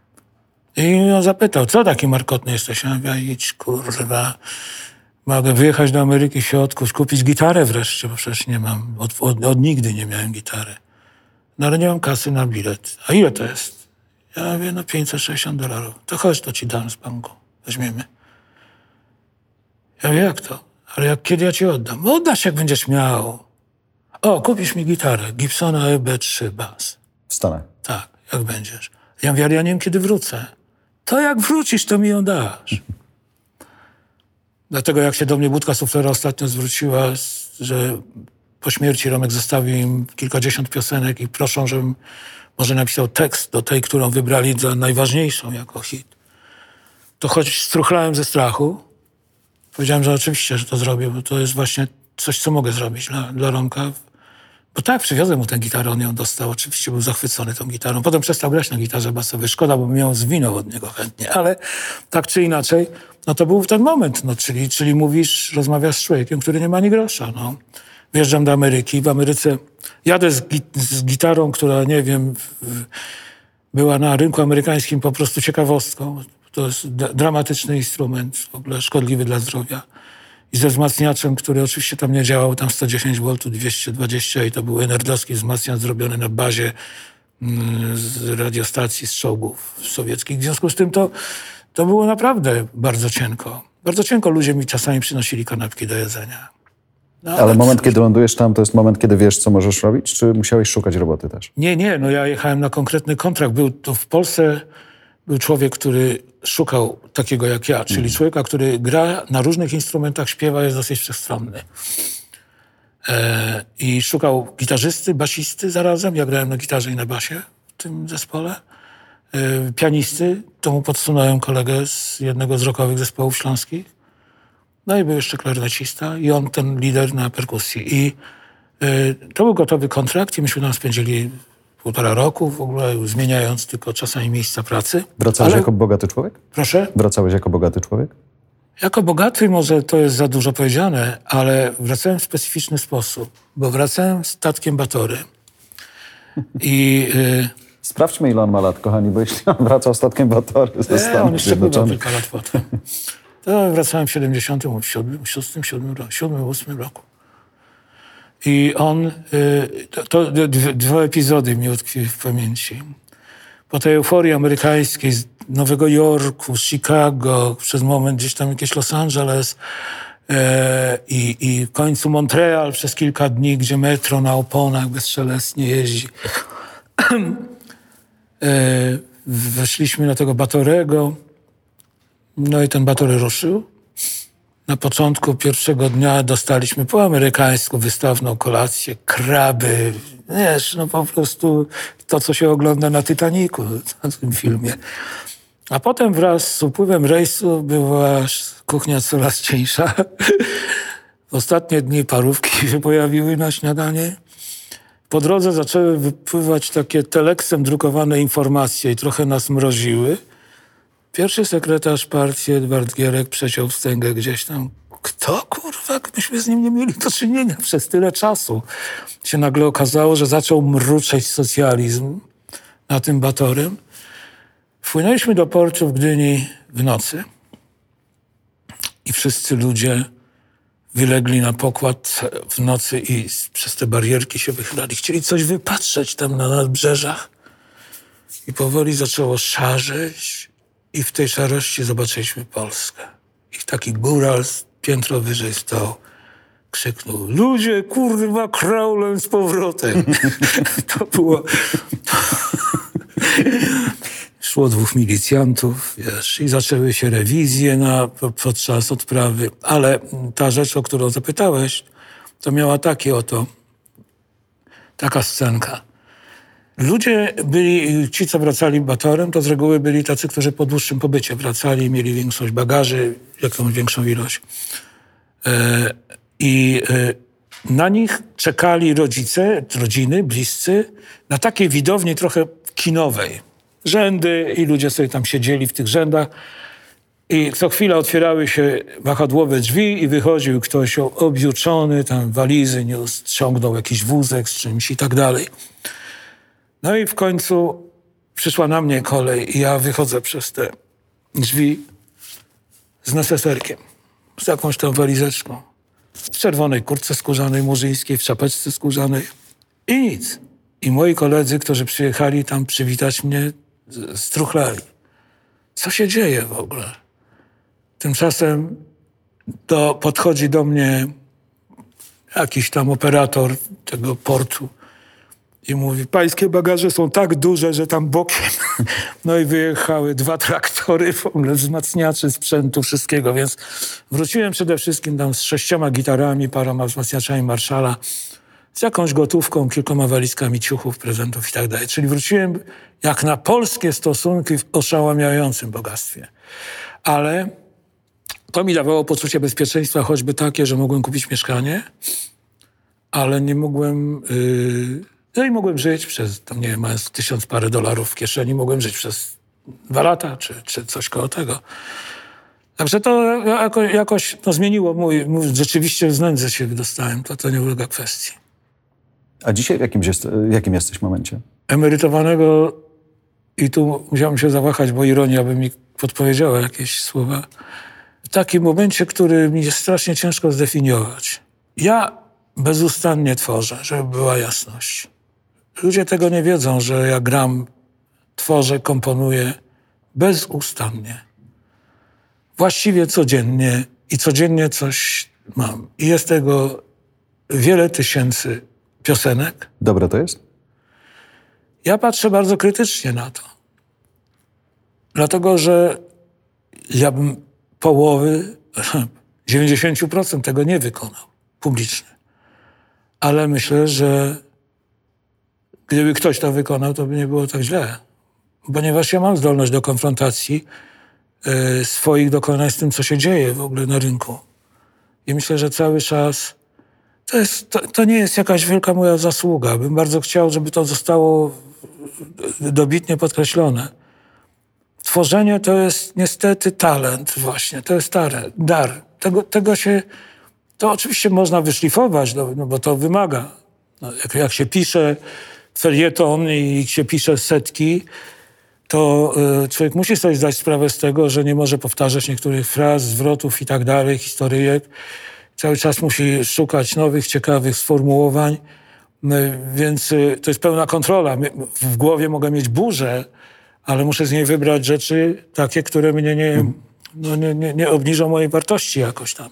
Speaker 1: I on zapytał, co taki markotny jesteś? Ja mówię, idź, kurwa, mogę wyjechać do Ameryki, się odkuć, kupić gitarę wreszcie, bo przecież nie mam, od, od, od nigdy nie miałem gitary. No ale nie mam kasy na bilet. A ile to jest? Ja mówię, no pięćset sześćdziesiąt dolarów. To chodź, to ci dam z banku. Weźmiemy. Ja mówię, jak to? Ale jak, kiedy ja ci oddam? No oddasz, jak będziesz miał. O, kupisz mi gitarę. Gibsona E B trzy Bass.
Speaker 2: W Stanach.
Speaker 1: Tak, jak będziesz. Ja mówię, ale ja nie wiem, kiedy wrócę. To jak wrócisz, to mi ją dasz. Dlatego jak się do mnie Budka Suflera ostatnio zwróciła, że po śmierci Romek zostawił im kilkadziesiąt piosenek i proszą, żebym może napisał tekst do tej, którą wybrali za najważniejszą jako hit. To choć struchlałem ze strachu, powiedziałem, że oczywiście, że to zrobię, bo to jest właśnie coś, co mogę zrobić dla, dla Romka. Bo tak, przywiozłem mu tę gitarę, on ją dostał. Oczywiście był zachwycony tą gitarą. Potem przestał grać na gitarze basowej. Szkoda, bo bym ją zwinął od niego chętnie. Ale tak czy inaczej, no to był ten moment. No, czyli, czyli mówisz, rozmawiasz z człowiekiem, który nie ma ani grosza. No. Wjeżdżam do Ameryki. W Ameryce jadę z, git- z gitarą, która, nie wiem, w, była na rynku amerykańskim po prostu ciekawostką. To jest d- dramatyczny instrument, w ogóle szkodliwy dla zdrowia. I ze wzmacniaczem, który oczywiście tam nie działał, tam sto dziesięć woltów, dwieście dwadzieścia i to był enerdowski wzmacniacz zrobiony na bazie mm, z radiostacji, z czołgów sowieckich. W związku z tym to, to było naprawdę bardzo cienko. Bardzo cienko ludzie mi czasami przynosili kanapki do jedzenia. No,
Speaker 2: ale moment, kiedy lądujesz tam, to jest moment, kiedy wiesz, co możesz robić? Czy musiałeś szukać roboty też?
Speaker 1: Nie, nie, no ja jechałem na konkretny kontrakt. Był to w Polsce, był człowiek, który szukał takiego jak ja, czyli człowieka, który gra na różnych instrumentach, śpiewa, jest dosyć wszechstronny. E, I szukał gitarzysty, basisty zarazem. Ja grałem na gitarze i na basie w tym zespole. E, pianisty, to mu podsunąłem kolegę z jednego z rockowych zespołów śląskich. No i był jeszcze klarnecista i on ten lider na perkusji. I e, to był gotowy kontrakt i myśmy tam spędzili półtora roku w ogóle, zmieniając tylko czasami miejsca pracy.
Speaker 2: Wracałeś
Speaker 1: Ale-
Speaker 2: jako bogaty człowiek?
Speaker 1: Proszę?
Speaker 2: Wracałeś jako bogaty człowiek?
Speaker 1: Jako bogaty może to jest za dużo powiedziane, ale wracałem w specyficzny sposób, bo wracałem statkiem Batory. I y,
Speaker 2: Sprawdźmy, ile on ma lat, kochani, bo jeśli on wracał statkiem Batory ze
Speaker 1: e, on
Speaker 2: Stanów
Speaker 1: jeszcze bywał
Speaker 2: Zjednoczonych.
Speaker 1: kilka lat potem. To wracałem w siedemdziesiątym siódmym, szóstym, siódmym, siódmym, ósmym roku. I on, y, to, to dwie, dwa epizody mi utkwiły w pamięci. Po tej euforii amerykańskiej z Nowego Jorku, z Chicago, przez moment gdzieś tam jakieś Los Angeles e, i, i w końcu Montreal przez kilka dni, gdzie metro na oponach bezszelestnie jeździ. e, weszliśmy na tego Batorego, no i ten Batory ruszył. Na początku pierwszego dnia dostaliśmy po amerykańsku wystawną kolację, kraby, wiesz, no po prostu to, co się ogląda na Titanicu, na tym filmie. A potem wraz z upływem rejsu była kuchnia coraz cieńsza. W ostatnie dni parówki się pojawiły na śniadanie. Po drodze zaczęły wypływać takie teleksem drukowane informacje i trochę nas mroziły. Pierwszy sekretarz partii, Edward Gierek, przeciął wstęgę gdzieś tam. Kto, kurwa, myśmy z nim nie mieli do czynienia przez tyle czasu. Się nagle okazało, że zaczął mruczeć socjalizm na tym Batorym. Wpłynęliśmy do portu w Gdyni w nocy i wszyscy ludzie wylegli na pokład w nocy i przez te barierki się wychylali. Chcieli coś wypatrzeć tam na nadbrzeżach. I powoli zaczęło szarzeć i w tej szarości zobaczyliśmy Polskę. I taki góral piętro wyżej stał, krzyknął: ludzie, kurwa, kraulem z powrotem. To było... Szło dwóch milicjantów, wiesz, i zaczęły się rewizje na, podczas odprawy. Ale ta rzecz, o którą zapytałeś, to miała takie oto, taka scenka. Ludzie byli, ci co wracali Batorem, to z reguły byli tacy, którzy po dłuższym pobycie wracali, mieli większość bagaży, jakąś większą ilość. E, I e, na nich czekali rodzice, rodziny, bliscy, na takiej widowni trochę kinowej. Rzędy i ludzie sobie tam siedzieli w tych rzędach i co chwila otwierały się wahadłowe drzwi i wychodził ktoś objuczony, tam walizy niósł, ciągnął jakiś wózek z czymś i tak dalej. No i w końcu przyszła na mnie kolej i ja wychodzę przez te drzwi z neseserkiem, z jakąś tam walizeczką, w czerwonej kurtce skórzanej murzyńskiej, w czapeczce skórzanej i nic. I moi koledzy, którzy przyjechali tam przywitać mnie, struchlali. Co się dzieje w ogóle? Tymczasem to podchodzi do mnie jakiś tam operator tego portu i mówi: pańskie bagaże są tak duże, że tam bokiem. No i wyjechały dwa traktory, w ogóle wzmacniaczy sprzętu, wszystkiego. Więc wróciłem przede wszystkim tam z sześcioma gitarami, paroma wzmacniaczami Marszala, z jakąś gotówką, kilkoma walizkami ciuchów, prezentów i tak dalej. Czyli wróciłem jak na polskie stosunki w oszałamiającym bogactwie. Ale to mi dawało poczucie bezpieczeństwa, choćby takie, że mogłem kupić mieszkanie, ale nie mogłem... Yy... No i mogłem żyć przez, tam nie wiem, mając tysiąc parę dolarów w kieszeni, mogłem żyć przez dwa lata, czy, czy coś koło tego. Także to jako, jakoś no, zmieniło mój, mój... Rzeczywiście z nędzy się wydostałem, to, to nie ulega kwestii.
Speaker 2: A dzisiaj w jakim, jest, w jakim jesteś momencie?
Speaker 1: Emerytowanego, i tu musiałem się zawahać, bo ironia by mi podpowiedziała jakieś słowa, w takim momencie, który mi jest strasznie ciężko zdefiniować. Ja bezustannie tworzę, żeby była jasność. Ludzie tego nie wiedzą, że ja gram, tworzę, komponuję bezustannie. Właściwie codziennie i codziennie coś mam. I jest tego wiele tysięcy piosenek.
Speaker 2: Dobre to jest?
Speaker 1: Ja patrzę bardzo krytycznie na to. Dlatego, że ja bym połowy, dziewięćdziesiąt procent tego nie wykonał publicznie. Ale myślę, że gdyby ktoś to wykonał, to by nie było tak źle. Ponieważ ja mam zdolność do konfrontacji y, swoich dokonań z tym, co się dzieje w ogóle na rynku. I myślę, że cały czas to, jest, to, to nie jest jakaś wielka moja zasługa. Bym bardzo chciał, żeby to zostało dobitnie podkreślone. Tworzenie to jest niestety talent właśnie, to jest dar. dar. Tego, tego się, to oczywiście można wyszlifować, no, no bo to wymaga. No, jak, jak się pisze felieton i się pisze setki, to y, człowiek musi sobie zdać sprawę z tego, że nie może powtarzać niektórych fraz, zwrotów i tak dalej, historyjek. Cały czas musi szukać nowych, ciekawych sformułowań, y, więc y, to jest pełna kontrola. W głowie mogę mieć burzę, ale muszę z niej wybrać rzeczy takie, które mnie nie, no nie, nie, nie obniżą mojej wartości jakoś tam.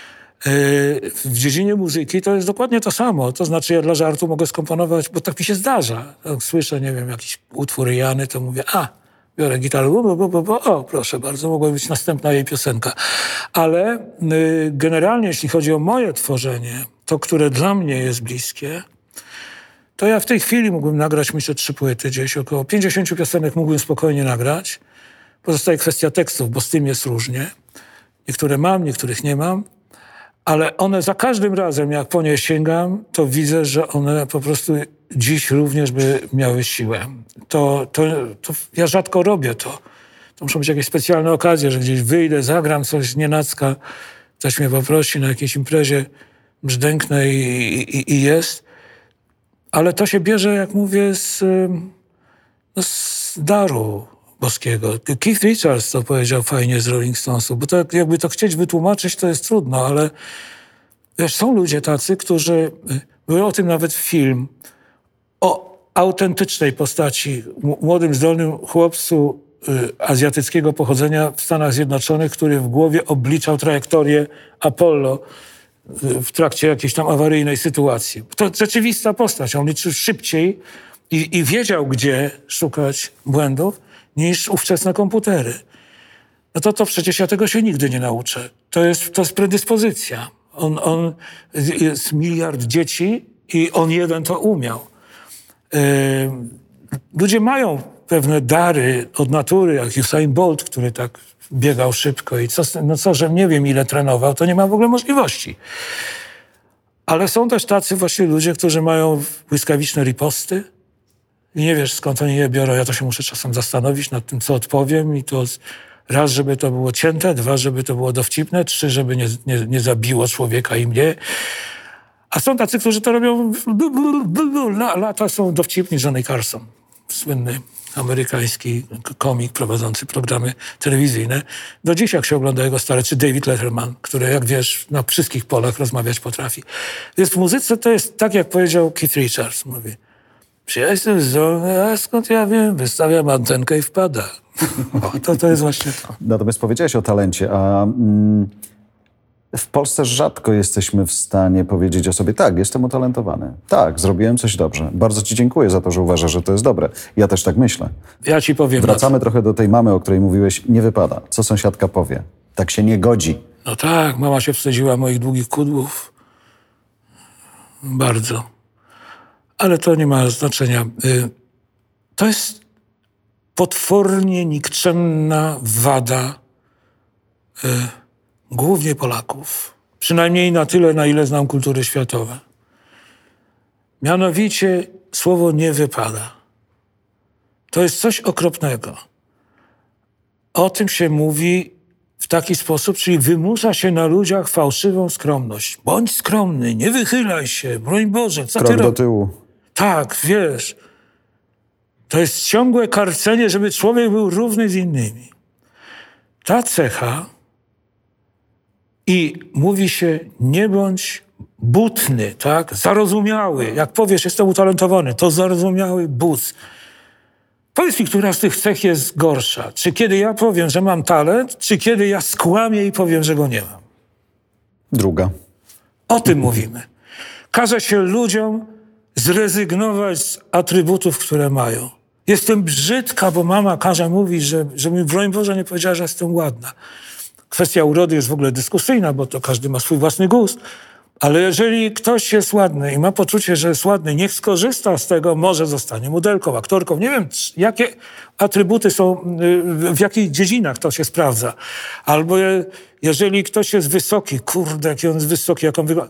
Speaker 1: W dziedzinie muzyki to jest dokładnie to samo. To znaczy ja dla żartu mogę skomponować, bo tak mi się zdarza. Jak słyszę, nie wiem, jakiś utwór Jany, to mówię, a, biorę gitarę, bo, bo, bo, bo, o, proszę bardzo, mogła być następna jej piosenka. Ale y, generalnie, jeśli chodzi o moje tworzenie, to, które dla mnie jest bliskie, to ja w tej chwili mógłbym nagrać, myślę, trzy płyty, gdzieś około pięćdziesiąt piosenek mógłbym spokojnie nagrać. Pozostaje kwestia tekstów, bo z tym jest różnie. Niektóre mam, niektórych nie mam. Ale one za każdym razem, jak po nie sięgam, to widzę, że one po prostu dziś również by miały siłę. To, to, to ja rzadko robię to. To muszą być jakieś specjalne okazje, że gdzieś wyjdę, zagram coś nienacka, ktoś mnie poprosi na jakiejś imprezie, brzdęknę i, i, i jest. Ale to się bierze, jak mówię, z, no, z daru boskiego. Keith Richards to powiedział fajnie z Rolling Stonesów, bo to jakby to chcieć wytłumaczyć, to jest trudno, ale wiesz, są ludzie tacy, którzy, był o tym nawet film, o autentycznej postaci, młodym, zdolnym chłopcu y, azjatyckiego pochodzenia w Stanach Zjednoczonych, który w głowie obliczał trajektorię Apollo y, w trakcie jakiejś tam awaryjnej sytuacji. To rzeczywista postać, on liczył szybciej i, i wiedział, gdzie szukać błędów, niż ówczesne komputery. No to, to przecież ja tego się nigdy nie nauczę. To jest, to jest predyspozycja. On, on jest miliard dzieci i on jeden to umiał. Yy, ludzie mają pewne dary od natury, jak Usain Bolt, który tak biegał szybko i co, no co, że nie wiem ile trenował, to nie ma w ogóle możliwości. Ale są też tacy właśnie ludzie, którzy mają błyskawiczne riposty, i nie wiesz, skąd oni je biorą. Ja to się muszę czasem zastanowić nad tym, co odpowiem. I to raz, żeby to było cięte, dwa, żeby to było dowcipne, trzy, żeby nie, nie, nie zabiło człowieka i mnie. A są tacy, którzy to robią lata, są dowcipni. Johnny Carson, słynny amerykański komik prowadzący programy telewizyjne. Do dziś, jak się ogląda jego stare, czy David Letterman, który, jak wiesz, na wszystkich polach rozmawiać potrafi. Więc w muzyce to jest tak, jak powiedział Keith Richards, mówi. Ja jestem zdolny, a skąd ja wiem? Wystawiam antenkę i wpada. O, to, to jest właśnie to.
Speaker 2: Natomiast powiedziałeś o talencie, a mm, w Polsce rzadko jesteśmy w stanie powiedzieć o sobie, tak, jestem utalentowany. Tak, zrobiłem coś dobrze. Bardzo ci dziękuję za to, że uważasz, że to jest dobre. Ja też tak myślę.
Speaker 1: Ja ci powiem.
Speaker 2: Wracamy trochę do tej mamy, o której mówiłeś. Nie wypada. Co sąsiadka powie? Tak się nie godzi.
Speaker 1: No tak, mama się wstydziła moich długich kudłów. Bardzo. Ale to nie ma znaczenia. To jest potwornie nikczemna wada głównie Polaków. Przynajmniej na tyle, na ile znam kultury światowe. Mianowicie słowo nie wypada. To jest coś okropnego. O tym się mówi w taki sposób, czyli wymusza się na ludziach fałszywą skromność. Bądź skromny, nie wychylaj się, broń Boże. Co
Speaker 2: Krok
Speaker 1: ty
Speaker 2: do tyłu.
Speaker 1: Tak, wiesz. To jest ciągłe karcenie, żeby człowiek był równy z innymi. Ta cecha i mówi się nie bądź butny, tak? Zarozumiały. Jak powiesz, jestem utalentowany, to zarozumiały but. Powiedz mi, która z tych cech jest gorsza. Czy kiedy ja powiem, że mam talent, czy kiedy ja skłamię i powiem, że go nie mam?
Speaker 2: Druga.
Speaker 1: O tym mówimy. Każe się ludziom zrezygnować z atrybutów, które mają. Jestem brzydka, bo mama każe mówić, że, że mi, broń Boże, nie powiedziała, że jestem ładna. Kwestia urody jest w ogóle dyskusyjna, bo to każdy ma swój własny gust. Ale jeżeli ktoś jest ładny i ma poczucie, że jest ładny, niech skorzysta z tego, może zostanie modelką, aktorką. Nie wiem, jakie atrybuty są, w jakich dziedzinach to się sprawdza. Albo jeżeli ktoś jest wysoki, kurde, jaki on jest wysoki, jak on wygląda.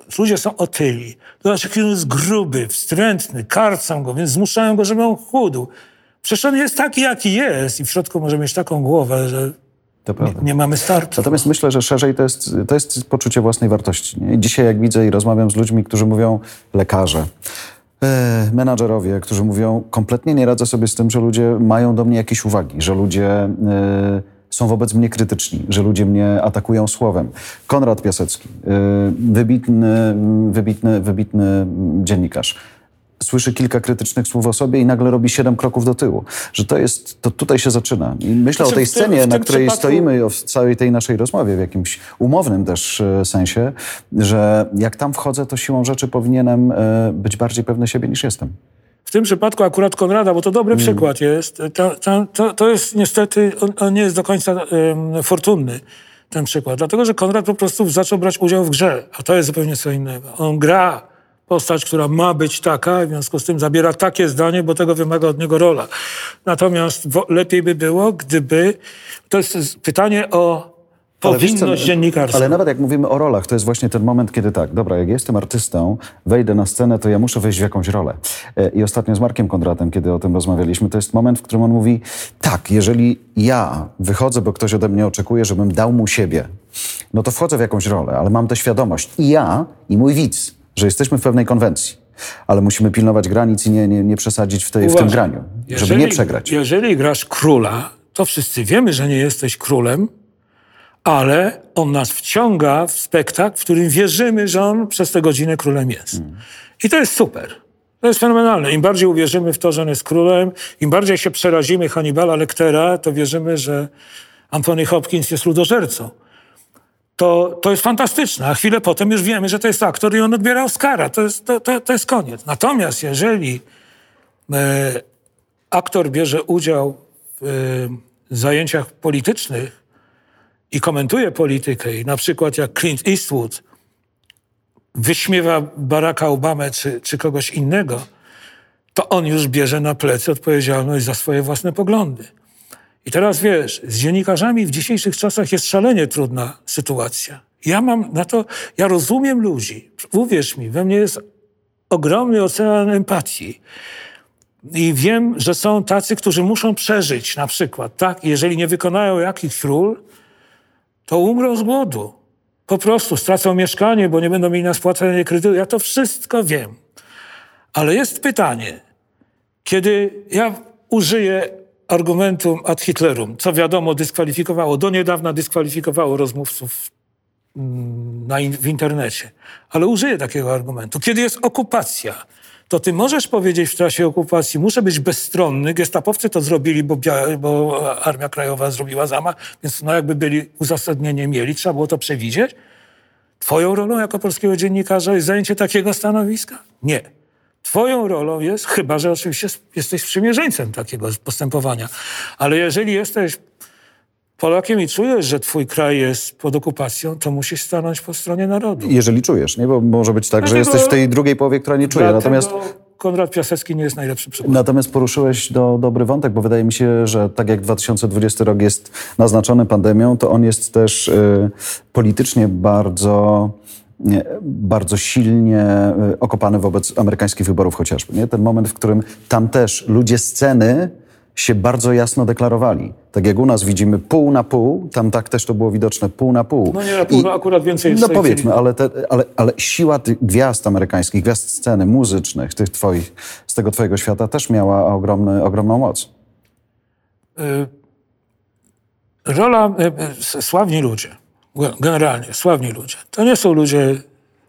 Speaker 1: ludzie są otyli. Zobacz, jaki on jest gruby, wstrętny, karcą go, więc zmuszają go, żeby on chudł. Przecież on jest taki, jaki jest i w środku może mieć taką głowę, że nie, nie mamy startu.
Speaker 2: Natomiast myślę, że szerzej to jest, to jest poczucie własnej wartości. Nie? Dzisiaj jak widzę i rozmawiam z ludźmi, którzy mówią, lekarze, e, menadżerowie, którzy mówią, kompletnie nie radzę sobie z tym, że ludzie mają do mnie jakieś uwagi, że ludzie e, są wobec mnie krytyczni, że ludzie mnie atakują słowem. Konrad Piasecki, e, wybitny, wybitny, wybitny dziennikarz, słyszy kilka krytycznych słów o sobie i nagle robi siedem kroków do tyłu. Że to jest, to tutaj się zaczyna. I myślę
Speaker 1: Znaczy,
Speaker 2: o tej
Speaker 1: w tym-
Speaker 2: scenie,
Speaker 1: w
Speaker 2: na
Speaker 1: tym
Speaker 2: której
Speaker 1: przypadku-
Speaker 2: stoimy, w całej tej naszej rozmowie, w jakimś umownym też e, sensie, że jak tam wchodzę, to siłą rzeczy powinienem e, być bardziej pewny siebie niż jestem.
Speaker 1: W tym przypadku akurat Konrada, bo to dobry
Speaker 2: Mm.
Speaker 1: przykład jest, to, to, to, to jest niestety, on, on nie jest do końca um, fortunny, ten przykład. Dlatego, że Konrad po prostu zaczął brać udział w grze, a to jest zupełnie co innego. On gra postać, która ma być taka, w związku z tym zabiera takie zdanie, bo tego wymaga od niego rola. Natomiast wo, lepiej by było, gdyby... To jest pytanie o
Speaker 2: Ale wiesz co,
Speaker 1: powinność dziennikarstwa.
Speaker 2: Ale nawet jak mówimy o rolach, to jest właśnie ten moment, kiedy tak, dobra, jak jestem artystą, wejdę na scenę, to ja muszę wejść w jakąś rolę. E, I ostatnio z Markiem Kondratem, kiedy o tym rozmawialiśmy, to jest moment, w którym on mówi, tak, jeżeli ja wychodzę, bo ktoś ode mnie oczekuje, żebym dał mu siebie, no to wchodzę w jakąś rolę, ale mam tę świadomość i ja, i mój widz, że jesteśmy w pewnej konwencji. Ale musimy pilnować granic i nie, nie, nie przesadzić w, tej, w tym
Speaker 1: Uważaj,
Speaker 2: graniu, żeby
Speaker 1: jeżeli-
Speaker 2: nie przegrać.
Speaker 1: Jeżeli grasz króla, to wszyscy wiemy, że nie jesteś królem, ale on nas wciąga w spektakl, w którym wierzymy, że on przez tę godzinę królem jest.
Speaker 2: Hmm.
Speaker 1: I to jest super. To jest fenomenalne. Im bardziej uwierzymy w to, że on jest królem, im bardziej się przerazimy Hannibala Lectera, to wierzymy, że Anthony Hopkins jest ludożercą. To, to jest fantastyczne, a chwilę potem już wiemy, że to jest aktor i on odbiera Oscara. To jest, to, to, to jest koniec. Natomiast jeżeli e, aktor bierze udział w e, zajęciach politycznych i komentuje politykę i na przykład jak Clint Eastwood wyśmiewa Baracka Obamę czy, czy kogoś innego, to on już bierze na plecy odpowiedzialność za swoje własne poglądy. I teraz wiesz, z dziennikarzami w dzisiejszych czasach jest szalenie trudna sytuacja. Ja mam na to, ja rozumiem ludzi. Uwierz mi, we mnie jest ogromny ocean empatii. I wiem, że są tacy, którzy muszą przeżyć na przykład, tak? Jeżeli nie wykonają jakichś ról, to umrą z głodu. Po prostu stracą mieszkanie, bo nie będą mieli na spłacenie kredytu. Ja to wszystko wiem. Ale jest pytanie, kiedy ja użyję argumentum ad Hitlerum, co wiadomo dyskwalifikowało, do niedawna dyskwalifikowało rozmówców mm, na in, w internecie. Ale użyję takiego argumentu. Kiedy jest okupacja, to ty możesz powiedzieć w czasie okupacji, muszę być bezstronny, gestapowcy to zrobili, bo, bia, bo Armia Krajowa zrobiła zamach, więc no jakby byli uzasadnienie mieli, trzeba było to przewidzieć. Twoją rolą jako polskiego dziennikarza jest zajęcie takiego stanowiska? Nie. Twoją rolą jest, chyba że oczywiście jesteś sprzymierzeńcem takiego postępowania, ale jeżeli jesteś Polakiem i czujesz, że twój kraj jest pod okupacją, to musisz stanąć po stronie narodu.
Speaker 2: Jeżeli czujesz, nie? Bo może być tak, że
Speaker 1: Dlatego-
Speaker 2: jesteś w tej drugiej połowie, która nie czuje.
Speaker 1: Dlatego
Speaker 2: Natomiast,
Speaker 1: Konrad Piasecki nie jest najlepszy przykład.
Speaker 2: natomiast poruszyłeś do, dobry wątek, bo wydaje mi się, że tak jak dwa tysiące dwudziesty rok jest naznaczony pandemią, to on jest też y, politycznie bardzo... Nie, bardzo silnie y, okopany wobec amerykańskich wyborów chociażby. Nie? Ten moment, w którym tam też ludzie sceny się bardzo jasno deklarowali. Tak jak u nas widzimy pół na pół, tam tak też to było widoczne pół na pół.
Speaker 1: No nie, pół,
Speaker 2: I-
Speaker 1: akurat więcej jest
Speaker 2: No
Speaker 1: w tej
Speaker 2: powiedzmy,
Speaker 1: chwili.
Speaker 2: ale, te, ale, ale siła tych gwiazd amerykańskich, gwiazd sceny muzycznych, tych twoich, z tego twojego świata też miała ogromny, ogromną moc.
Speaker 1: Y, rola, y, y, s- sławni ludzie, ge- generalnie sławni ludzie, to nie są ludzie,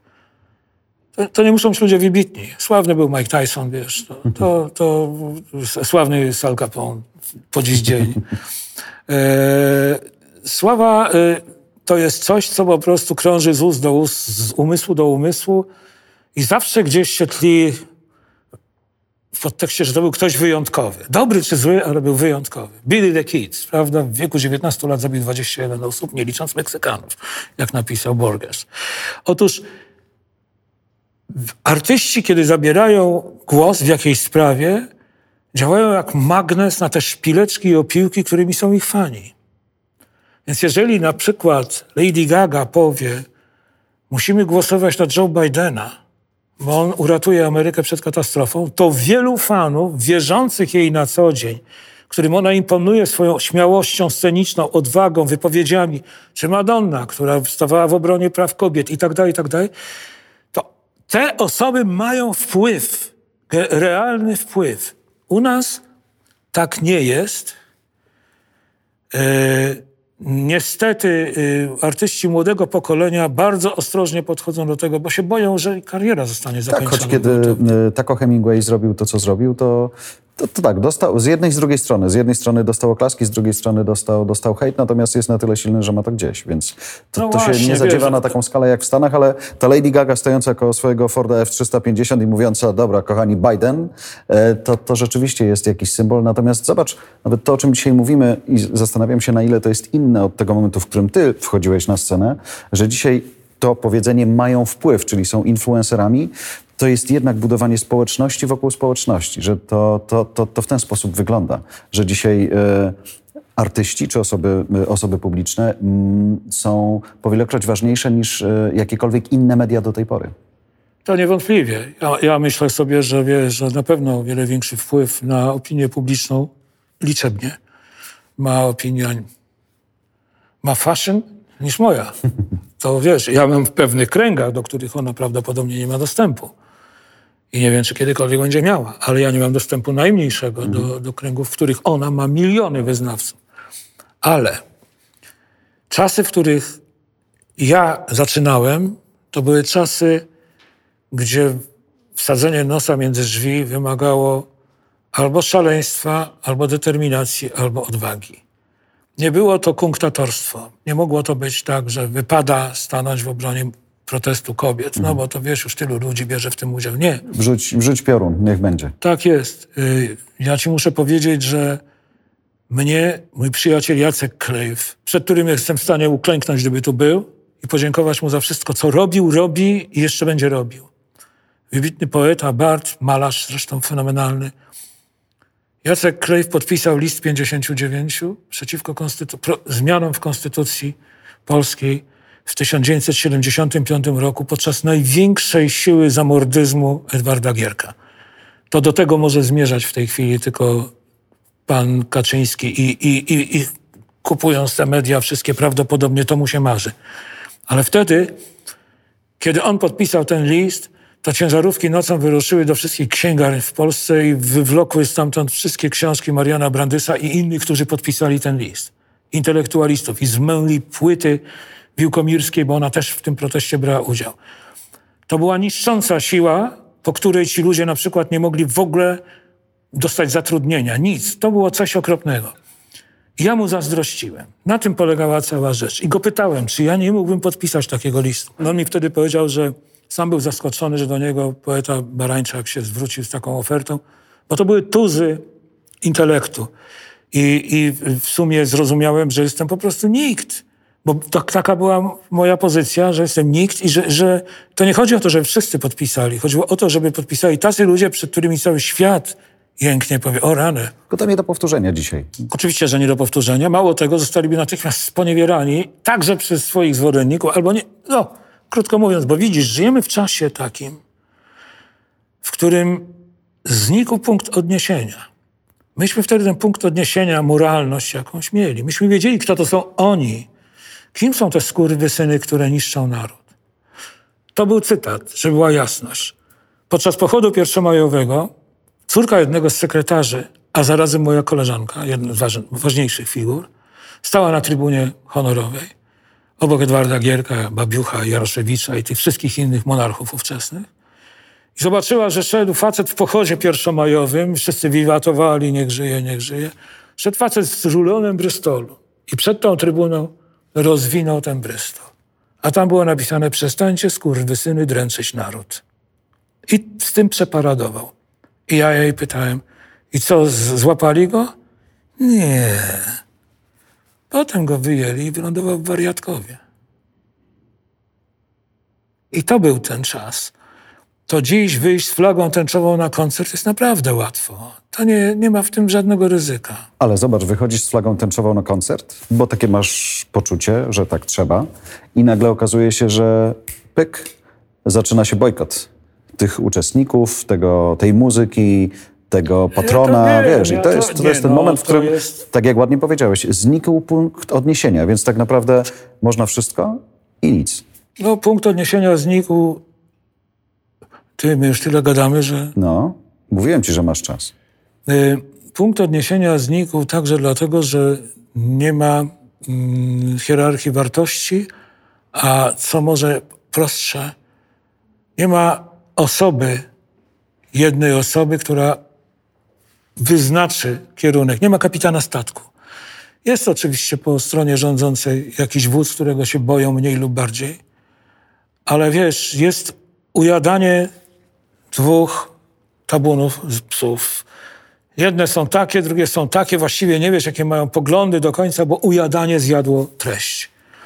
Speaker 1: to, to nie muszą być ludzie wybitni. Sławny był Mike Tyson, wiesz, to, to, to s- sławny Sal Capone po dziś dzień. E, sława y, to jest coś, co po prostu krąży z ust do ust, z umysłu do umysłu i zawsze gdzieś się tli w podtekście, że to był ktoś wyjątkowy. Dobry czy zły, ale był wyjątkowy. Billy the Kid, prawda? W wieku dziewiętnastu lat zabił dwadzieścia jeden osób, nie licząc Meksykanów, jak napisał Borges. Otóż artyści, kiedy zabierają głos w jakiejś sprawie, działają jak magnes na te szpileczki i opiłki, którymi są ich fani. Więc jeżeli na przykład Lady Gaga powie, musimy głosować na Joe Bidena, bo on uratuje Amerykę przed katastrofą, to wielu fanów wierzących jej na co dzień, którym ona imponuje swoją śmiałością sceniczną, odwagą, wypowiedziami, czy Madonna, która stawała w obronie praw kobiet i tak dalej, i tak dalej, to te osoby mają wpływ, realny wpływ. U nas tak nie jest. Yy, niestety yy, artyści młodego pokolenia bardzo ostrożnie podchodzą do tego, bo się boją, że kariera zostanie zakończona.
Speaker 2: Tak, choć kiedy Taco Hemingway zrobił to, co zrobił, to, to, to tak, dostał z jednej i z drugiej strony. Z jednej strony dostał oklaski, z drugiej strony dostał, dostał hejt, natomiast jest na tyle silny, że ma to gdzieś, więc to,
Speaker 1: No
Speaker 2: to
Speaker 1: właśnie,
Speaker 2: się nie zadziewa
Speaker 1: wiesz,
Speaker 2: na taką skalę jak w Stanach, ale ta Lady Gaga stojąca koło swojego Forda F trzysta pięćdziesiąt i mówiąca, dobra, kochani, Biden, to, to rzeczywiście jest jakiś symbol. Natomiast zobacz, nawet to, o czym dzisiaj mówimy i zastanawiam się, na ile to jest inne od tego momentu, w którym ty wchodziłeś na scenę, że dzisiaj to powiedzenie mają wpływ, czyli są influencerami, to jest jednak budowanie społeczności wokół społeczności, że to, to, to, to w ten sposób wygląda, że dzisiaj e, artyści czy osoby, osoby publiczne m, są powielokroć ważniejsze niż e, jakiekolwiek inne media do tej pory.
Speaker 1: To niewątpliwie. Ja, ja myślę sobie, że, wie, że na pewno o wiele większy wpływ na opinię publiczną, liczebnie, ma opinia, ma fashion niż moja. To wiesz, ja mam w pewnych kręgach, do których ona prawdopodobnie nie ma dostępu. I nie wiem, czy kiedykolwiek będzie miała, ale ja nie mam dostępu najmniejszego mm. do, do kręgów, w których ona ma miliony wyznawców. Ale czasy, w których ja zaczynałem, to były czasy, gdzie wsadzenie nosa między drzwi wymagało albo szaleństwa, albo determinacji, albo odwagi. Nie było to kunktatorstwo. Nie mogło to być tak, że wypada stanąć w obronie protestu kobiet, no bo to wiesz, już tylu ludzi bierze w tym udział. Nie.
Speaker 2: Wrzuć, wrzuć piorun, niech będzie.
Speaker 1: Tak jest. Ja ci muszę powiedzieć, że mnie mój przyjaciel Jacek Klejw, przed którym jestem w stanie uklęknąć, gdyby tu był i podziękować mu za wszystko, co robił, robi i jeszcze będzie robił. Wybitny poeta, bard, malarz, zresztą fenomenalny. Jacek Klejw podpisał list pięćdziesięciu dziewięciu przeciwko konstytu- pro- zmianom w Konstytucji Polskiej w tysiąc dziewięćset siedemdziesiątym piątym roku podczas największej siły zamordyzmu Edwarda Gierka. To do tego może zmierzać w tej chwili tylko pan Kaczyński i, i, i, i kupując te media wszystkie prawdopodobnie to mu się marzy. Ale wtedy, kiedy on podpisał ten list, to ciężarówki nocą wyruszyły do wszystkich księgarni w Polsce i wywlokły stamtąd wszystkie książki Mariana Brandysa i innych, którzy podpisali ten list. Intelektualistów. I zmyli płyty Wiłkomirskiej, bo ona też w tym proteście brała udział. To była niszcząca siła, po której ci ludzie na przykład nie mogli w ogóle dostać zatrudnienia. Nic. To było coś okropnego. I ja mu zazdrościłem. Na tym polegała cała rzecz. I go pytałem, czy ja nie mógłbym podpisać takiego listu. No on mi wtedy powiedział, że sam był zaskoczony, że do niego poeta Barańczak się zwrócił z taką ofertą, bo to były tuzy intelektu. I, i w sumie zrozumiałem, że jestem po prostu nikt. Bo to, taka była moja pozycja, że jestem nikt i że, że to nie chodzi o to, żeby wszyscy podpisali. Chodziło o to, żeby podpisali tacy ludzie, przed którymi cały świat jęknie, powie, o rany.
Speaker 2: Tylko to nie do powtórzenia dzisiaj.
Speaker 1: Oczywiście, że nie do powtórzenia. Mało tego, zostaliby natychmiast sponiewierani, także przez swoich zwolenników, albo nie, no, krótko mówiąc, bo widzisz, żyjemy w czasie takim, w którym znikł punkt odniesienia. Myśmy wtedy ten punkt odniesienia, moralność jakąś mieli. Myśmy wiedzieli, kto to są oni. Kim są te skurwysyny, które niszczą naród? To był cytat, żeby była jasność. Podczas pochodu pierwszomajowego córka jednego z sekretarzy, a zarazem moja koleżanka, jedna z ważniejszych figur, stała na trybunie honorowej, obok Edwarda Gierka, Babiucha, Jaroszewicza i tych wszystkich innych monarchów ówczesnych. I zobaczyła, że szedł facet w pochodzie pierwszomajowym, wszyscy wiwatowali, niech żyje, niech żyje. Szedł facet z rulonem Brystolu i przed tą trybuną rozwinął ten Brystol. A tam było napisane, przestańcie skurwysyny dręczyć naród. I z tym przeparadował. I ja jej pytałem, i co, z- złapali go? Nie. Potem go wyjęli i wylądował w Wariatkowie. I to był ten czas. To dziś wyjść z flagą tęczową na koncert jest naprawdę łatwo. To nie, nie ma w tym żadnego ryzyka.
Speaker 2: Ale zobacz, wychodzisz z flagą tęczową na koncert, bo takie masz poczucie, że tak trzeba i nagle okazuje się, że pyk, zaczyna się bojkot tych uczestników, tego, tej muzyki, tego patrona,
Speaker 1: ja wiem,
Speaker 2: wiesz,
Speaker 1: ja
Speaker 2: i to,
Speaker 1: to,
Speaker 2: jest, to
Speaker 1: nie,
Speaker 2: jest ten
Speaker 1: no,
Speaker 2: moment, w którym,
Speaker 1: jest...
Speaker 2: tak jak ładnie powiedziałeś, znikł punkt odniesienia, więc tak naprawdę można wszystko i nic.
Speaker 1: No, punkt odniesienia znikł. Ty, my już tyle gadamy, że...
Speaker 2: No, mówiłem ci, że masz czas.
Speaker 1: Y, punkt odniesienia znikł także dlatego, że nie ma mm, hierarchii wartości, a co może prostsze, nie ma osoby, jednej osoby, która wyznaczy kierunek. Nie ma kapitana statku. Jest oczywiście po stronie rządzącej jakiś wódz, którego się boją mniej lub bardziej, ale wiesz, jest ujadanie dwóch tabunów z psów. Jedne są takie, drugie są takie. Właściwie nie wiesz, jakie mają poglądy do końca, bo ujadanie zjadło treść.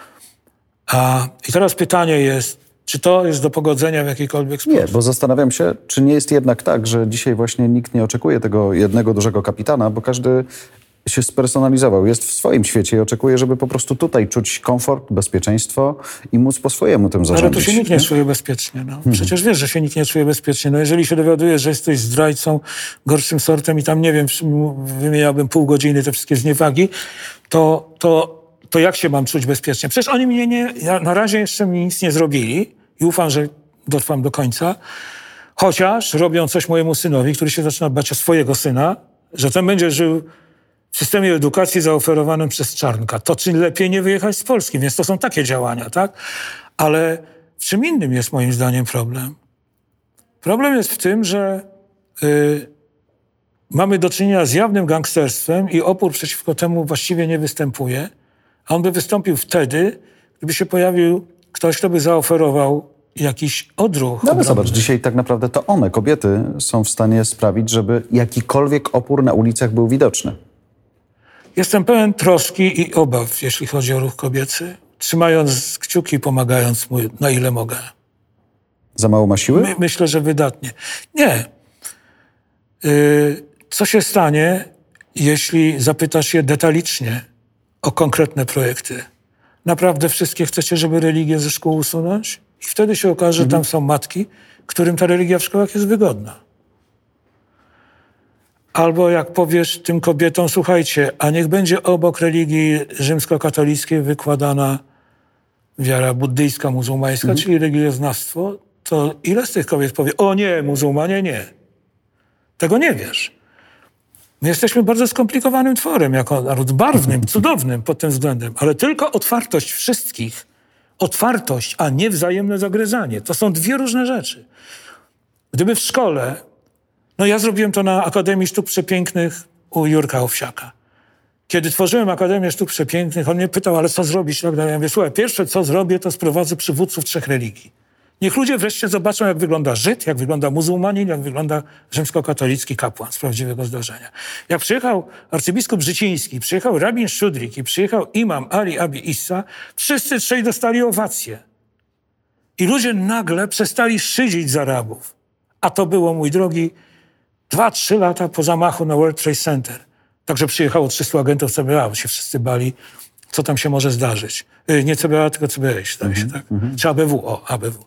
Speaker 1: A, i teraz pytanie jest, czy to jest do pogodzenia w jakikolwiek sposób?
Speaker 2: Nie, bo zastanawiam się, czy nie jest jednak tak, że dzisiaj właśnie nikt nie oczekuje tego jednego dużego kapitana, bo każdy się spersonalizował, jest w swoim świecie i oczekuje, żeby po prostu tutaj czuć komfort, bezpieczeństwo i móc po swojemu tym zarządzić.
Speaker 1: Ale tu się nikt nie czuje bezpiecznie. No.
Speaker 2: Mhm.
Speaker 1: Przecież wiesz, że się nikt nie czuje bezpiecznie. No, jeżeli się dowiadujesz, że jesteś zdrajcą, gorszym sortem i tam, nie wiem, wymieniałbym pół godziny te wszystkie zniewagi, to, to, to jak się mam czuć bezpiecznie? Przecież oni mnie nie... Ja na razie jeszcze mi nic nie zrobili i ufam, że dotrwam do końca. Chociaż robią coś mojemu synowi, który się zaczyna bać o swojego syna, że ten będzie żył w systemie edukacji zaoferowanym przez Czarnka. To czy lepiej nie wyjechać z Polski? Więc to są takie działania, tak? Ale w czym innym jest moim zdaniem problem? Problem jest w tym, że y, mamy do czynienia z jawnym gangsterstwem i opór przeciwko temu właściwie nie występuje. A on by wystąpił wtedy, gdyby się pojawił ktoś, kto by zaoferował jakiś odruch.
Speaker 2: No ale zobacz, dzisiaj tak naprawdę to one, kobiety, są w stanie sprawić, żeby jakikolwiek opór na ulicach był widoczny.
Speaker 1: Jestem pełen troski i obaw, jeśli chodzi o ruch kobiecy, trzymając kciuki, pomagając mu, na ile mogę.
Speaker 2: Za mało ma siły?
Speaker 1: My, myślę, że wydatnie. Nie. Yy, co się stanie, jeśli zapytasz je detalicznie o konkretne projekty? Naprawdę wszystkie chcecie, żeby religię ze szkół usunąć? I wtedy się okaże, że
Speaker 2: mhm.
Speaker 1: tam są matki, którym ta religia w szkołach jest wygodna. Albo jak powiesz tym kobietom, słuchajcie, a niech będzie obok religii rzymskokatolickiej wykładana wiara buddyjska, muzułmańska, mhm. czyli religioznawstwo, to ile z tych kobiet powie, o nie, muzułmanie nie. Tego nie wiesz. My jesteśmy bardzo skomplikowanym tworem, jako naród barwnym, cudownym pod tym względem, ale tylko otwartość wszystkich, otwartość, a nie wzajemne zagryzanie. To są dwie różne rzeczy. Gdyby w szkole, no ja zrobiłem to na Akademii Sztuk Przepięknych u Jurka Owsiaka. Kiedy tworzyłem Akademię Sztuk Przepięknych, on mnie pytał, ale co zrobić? Ja mówię, słuchaj, pierwsze co zrobię, to sprowadzę przywódców trzech religii. Niech ludzie wreszcie zobaczą, jak wygląda Żyd, jak wygląda muzułmanin, jak wygląda rzymskokatolicki kapłan z prawdziwego zdarzenia. Jak przyjechał arcybiskup Życiński, przyjechał rabin Szudrik i przyjechał imam Ali Abi Issa, wszyscy trzej dostali owację. I ludzie nagle przestali szydzić z Arabów. A to było, mój drogi, dwa, trzy lata po zamachu na World Trade Center. Także przyjechało trzystu agentów C B A, bo się wszyscy bali, co tam się może zdarzyć. Nie C B A, tylko C B A, zdaje się, tak? Mm-hmm. Czy A B W, o, A B W.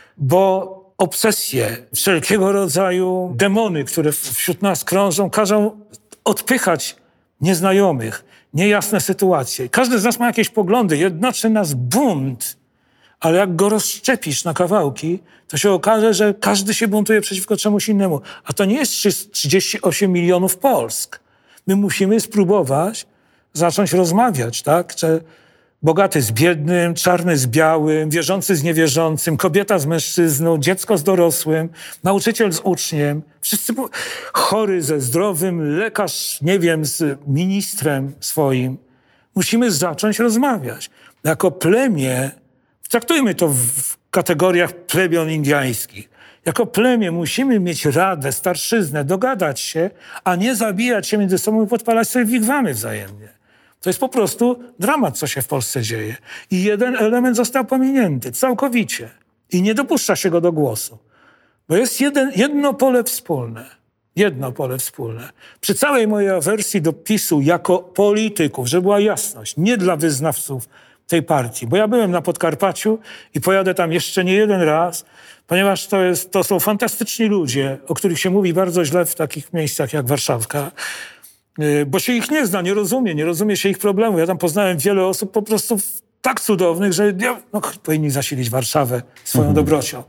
Speaker 1: Bo obsesje, wszelkiego rodzaju demony, które wśród nas krążą, każą odpychać nieznajomych, niejasne sytuacje. Każdy z nas ma jakieś poglądy, jednoczy nas bunt, ale jak go rozszczepisz na kawałki, to się okaże, że każdy się buntuje przeciwko czemuś innemu. A to nie jest trzydzieści osiem milionów Polsk. My musimy spróbować zacząć rozmawiać, tak? Że bogaty z biednym, czarny z białym, wierzący z niewierzącym, kobieta z mężczyzną, dziecko z dorosłym, nauczyciel z uczniem, wszyscy chory ze zdrowym, lekarz, nie wiem, z ministrem swoim. Musimy zacząć rozmawiać. Jako plemię, traktujmy to w kategoriach plemion indyjskich. Jako plemię musimy mieć radę, starszyznę, dogadać się, a nie zabijać się między sobą i podpalać sobie wigwamy wzajemnie. To jest po prostu dramat, co się w Polsce dzieje. I jeden element został pominięty całkowicie. I nie dopuszcza się go do głosu. Bo jest jeden, jedno pole wspólne. Jedno pole wspólne. Przy całej mojej awersji do PiSu jako polityków, żeby była jasność, nie dla wyznawców tej partii. Bo ja byłem na Podkarpaciu i pojadę tam jeszcze nie jeden raz, ponieważ to, jest, to są fantastyczni ludzie, o których się mówi bardzo źle w takich miejscach jak Warszawka, bo się ich nie zna, nie rozumie, nie rozumie się ich problemu. Ja tam poznałem wiele osób po prostu tak cudownych, że no, powinni zasilić Warszawę swoją mhm. dobrocią.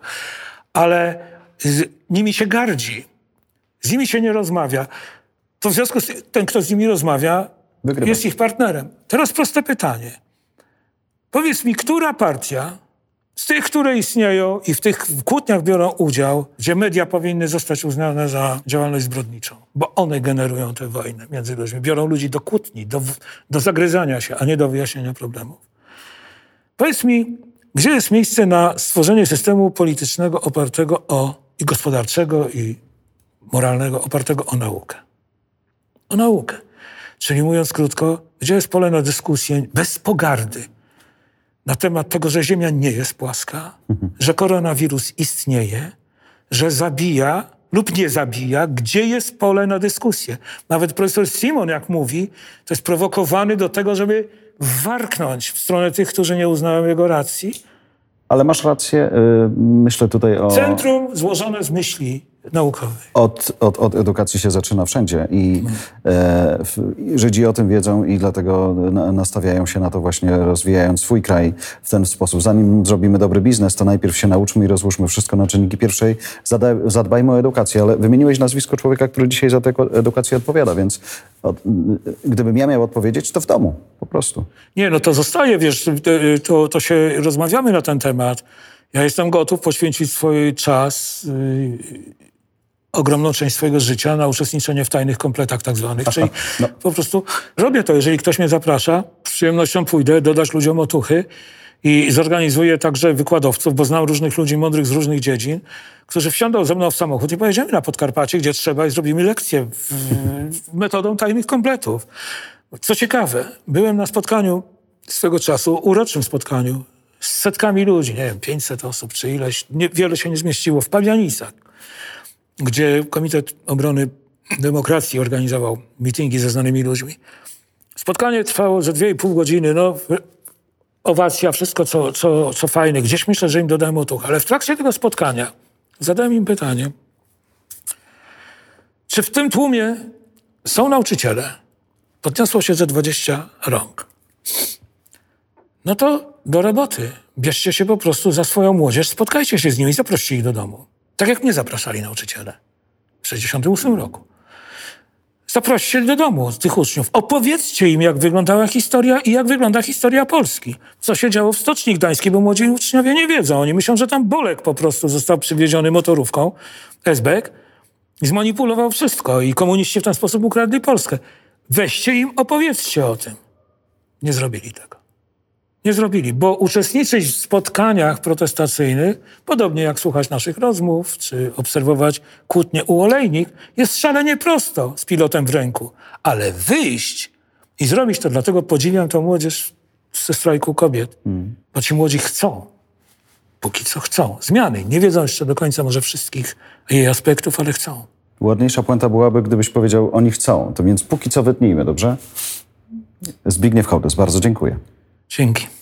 Speaker 1: Ale z nimi się gardzi, z nimi się nie rozmawia. To w związku z tym, ten, kto z nimi rozmawia, wygrywa. Jest ich partnerem. Teraz proste pytanie. Powiedz mi, która partia z tych, które istnieją i w tych kłótniach biorą udział, gdzie media powinny zostać uznane za działalność zbrodniczą, bo one generują tę wojnę między ludźmi, biorą ludzi do kłótni, do, do zagryzania się, a nie do wyjaśnienia problemów. Powiedz mi, gdzie jest miejsce na stworzenie systemu politycznego opartego o, i gospodarczego, i moralnego, opartego o naukę? O naukę. Czyli mówiąc krótko, gdzie jest pole na dyskusję bez pogardy na temat tego, że Ziemia nie jest płaska, mhm. że koronawirus istnieje, że zabija lub nie zabija, gdzie jest pole na dyskusję. Nawet profesor Simon, jak mówi, to jest prowokowany do tego, żeby warknąć w stronę tych, którzy nie uznają jego racji.
Speaker 2: Ale masz rację, myślę tutaj o...
Speaker 1: Centrum złożone z myśli naukowej.
Speaker 2: Od, od, od edukacji się zaczyna wszędzie i e, Żydzi o tym wiedzą i dlatego na, nastawiają się na to właśnie, rozwijając swój kraj w ten sposób. Zanim zrobimy dobry biznes, to najpierw się nauczmy i rozłóżmy wszystko na czynniki pierwszej. Zada, zadbajmy o edukację, ale wymieniłeś nazwisko człowieka, który dzisiaj za tę edukację odpowiada, więc od, gdybym ja miał odpowiedzieć, to w domu, po prostu.
Speaker 1: Nie, no to zostaje, wiesz, to, to się rozmawiamy na ten temat. Ja jestem gotów poświęcić swój czas, yy, ogromną część swojego życia na uczestniczenie w tajnych kompletach tak zwanych. Czyli no. po prostu robię to. Jeżeli ktoś mnie zaprasza, z przyjemnością pójdę, dodać ludziom otuchy i zorganizuję także wykładowców, bo znam różnych ludzi mądrych z różnych dziedzin, którzy wsiądą ze mną w samochód i pojedziemy na Podkarpacie, gdzie trzeba i zrobimy lekcję w, w metodą tajnych kompletów. Co ciekawe, byłem na spotkaniu swego czasu, uroczym spotkaniu, z setkami ludzi, nie wiem, pięćset osób czy ileś, nie, wiele się nie zmieściło, w Pabianicach, gdzie Komitet Obrony Demokracji organizował mityngi ze znanymi ludźmi. Spotkanie trwało ze dwie i pół godziny, no owacja, wszystko co, co, co fajne. Gdzieś myślę, że im dodałem otuch, ale w trakcie tego spotkania zadałem im pytanie, czy w tym tłumie są nauczyciele? Podniosło się ze dwadzieścia rąk. No to do roboty. Bierzcie się po prostu za swoją młodzież, spotkajcie się z nimi, zaproście ich do domu. Tak jak mnie zapraszali nauczyciele w sześćdziesiątym ósmym roku. Zaproście do domu tych uczniów. Opowiedzcie im, jak wyglądała historia i jak wygląda historia Polski. Co się działo w Stoczni Gdańskiej, bo młodzi uczniowie nie wiedzą. Oni myślą, że tam Bolek po prostu został przywieziony motorówką, esbek, i zmanipulował wszystko. I komuniści w ten sposób ukradli Polskę. Weźcie im, opowiedzcie o tym. Nie zrobili tego. Nie zrobili, bo uczestniczyć w spotkaniach protestacyjnych, podobnie jak słuchać naszych rozmów, czy obserwować kłótnie u Olejnik, jest szalenie prosto z pilotem w ręku. Ale wyjść i zrobić to, dlatego podziwiam tą młodzież ze strajku kobiet, hmm. bo ci młodzi chcą, póki co chcą, zmiany. Nie wiedzą jeszcze do końca może wszystkich jej aspektów, ale chcą.
Speaker 2: Ładniejsza puenta byłaby, gdybyś powiedział, oni chcą. To więc póki co wytnijmy, dobrze? Zbigniew Hołdys, bardzo dziękuję.
Speaker 1: Dzięki.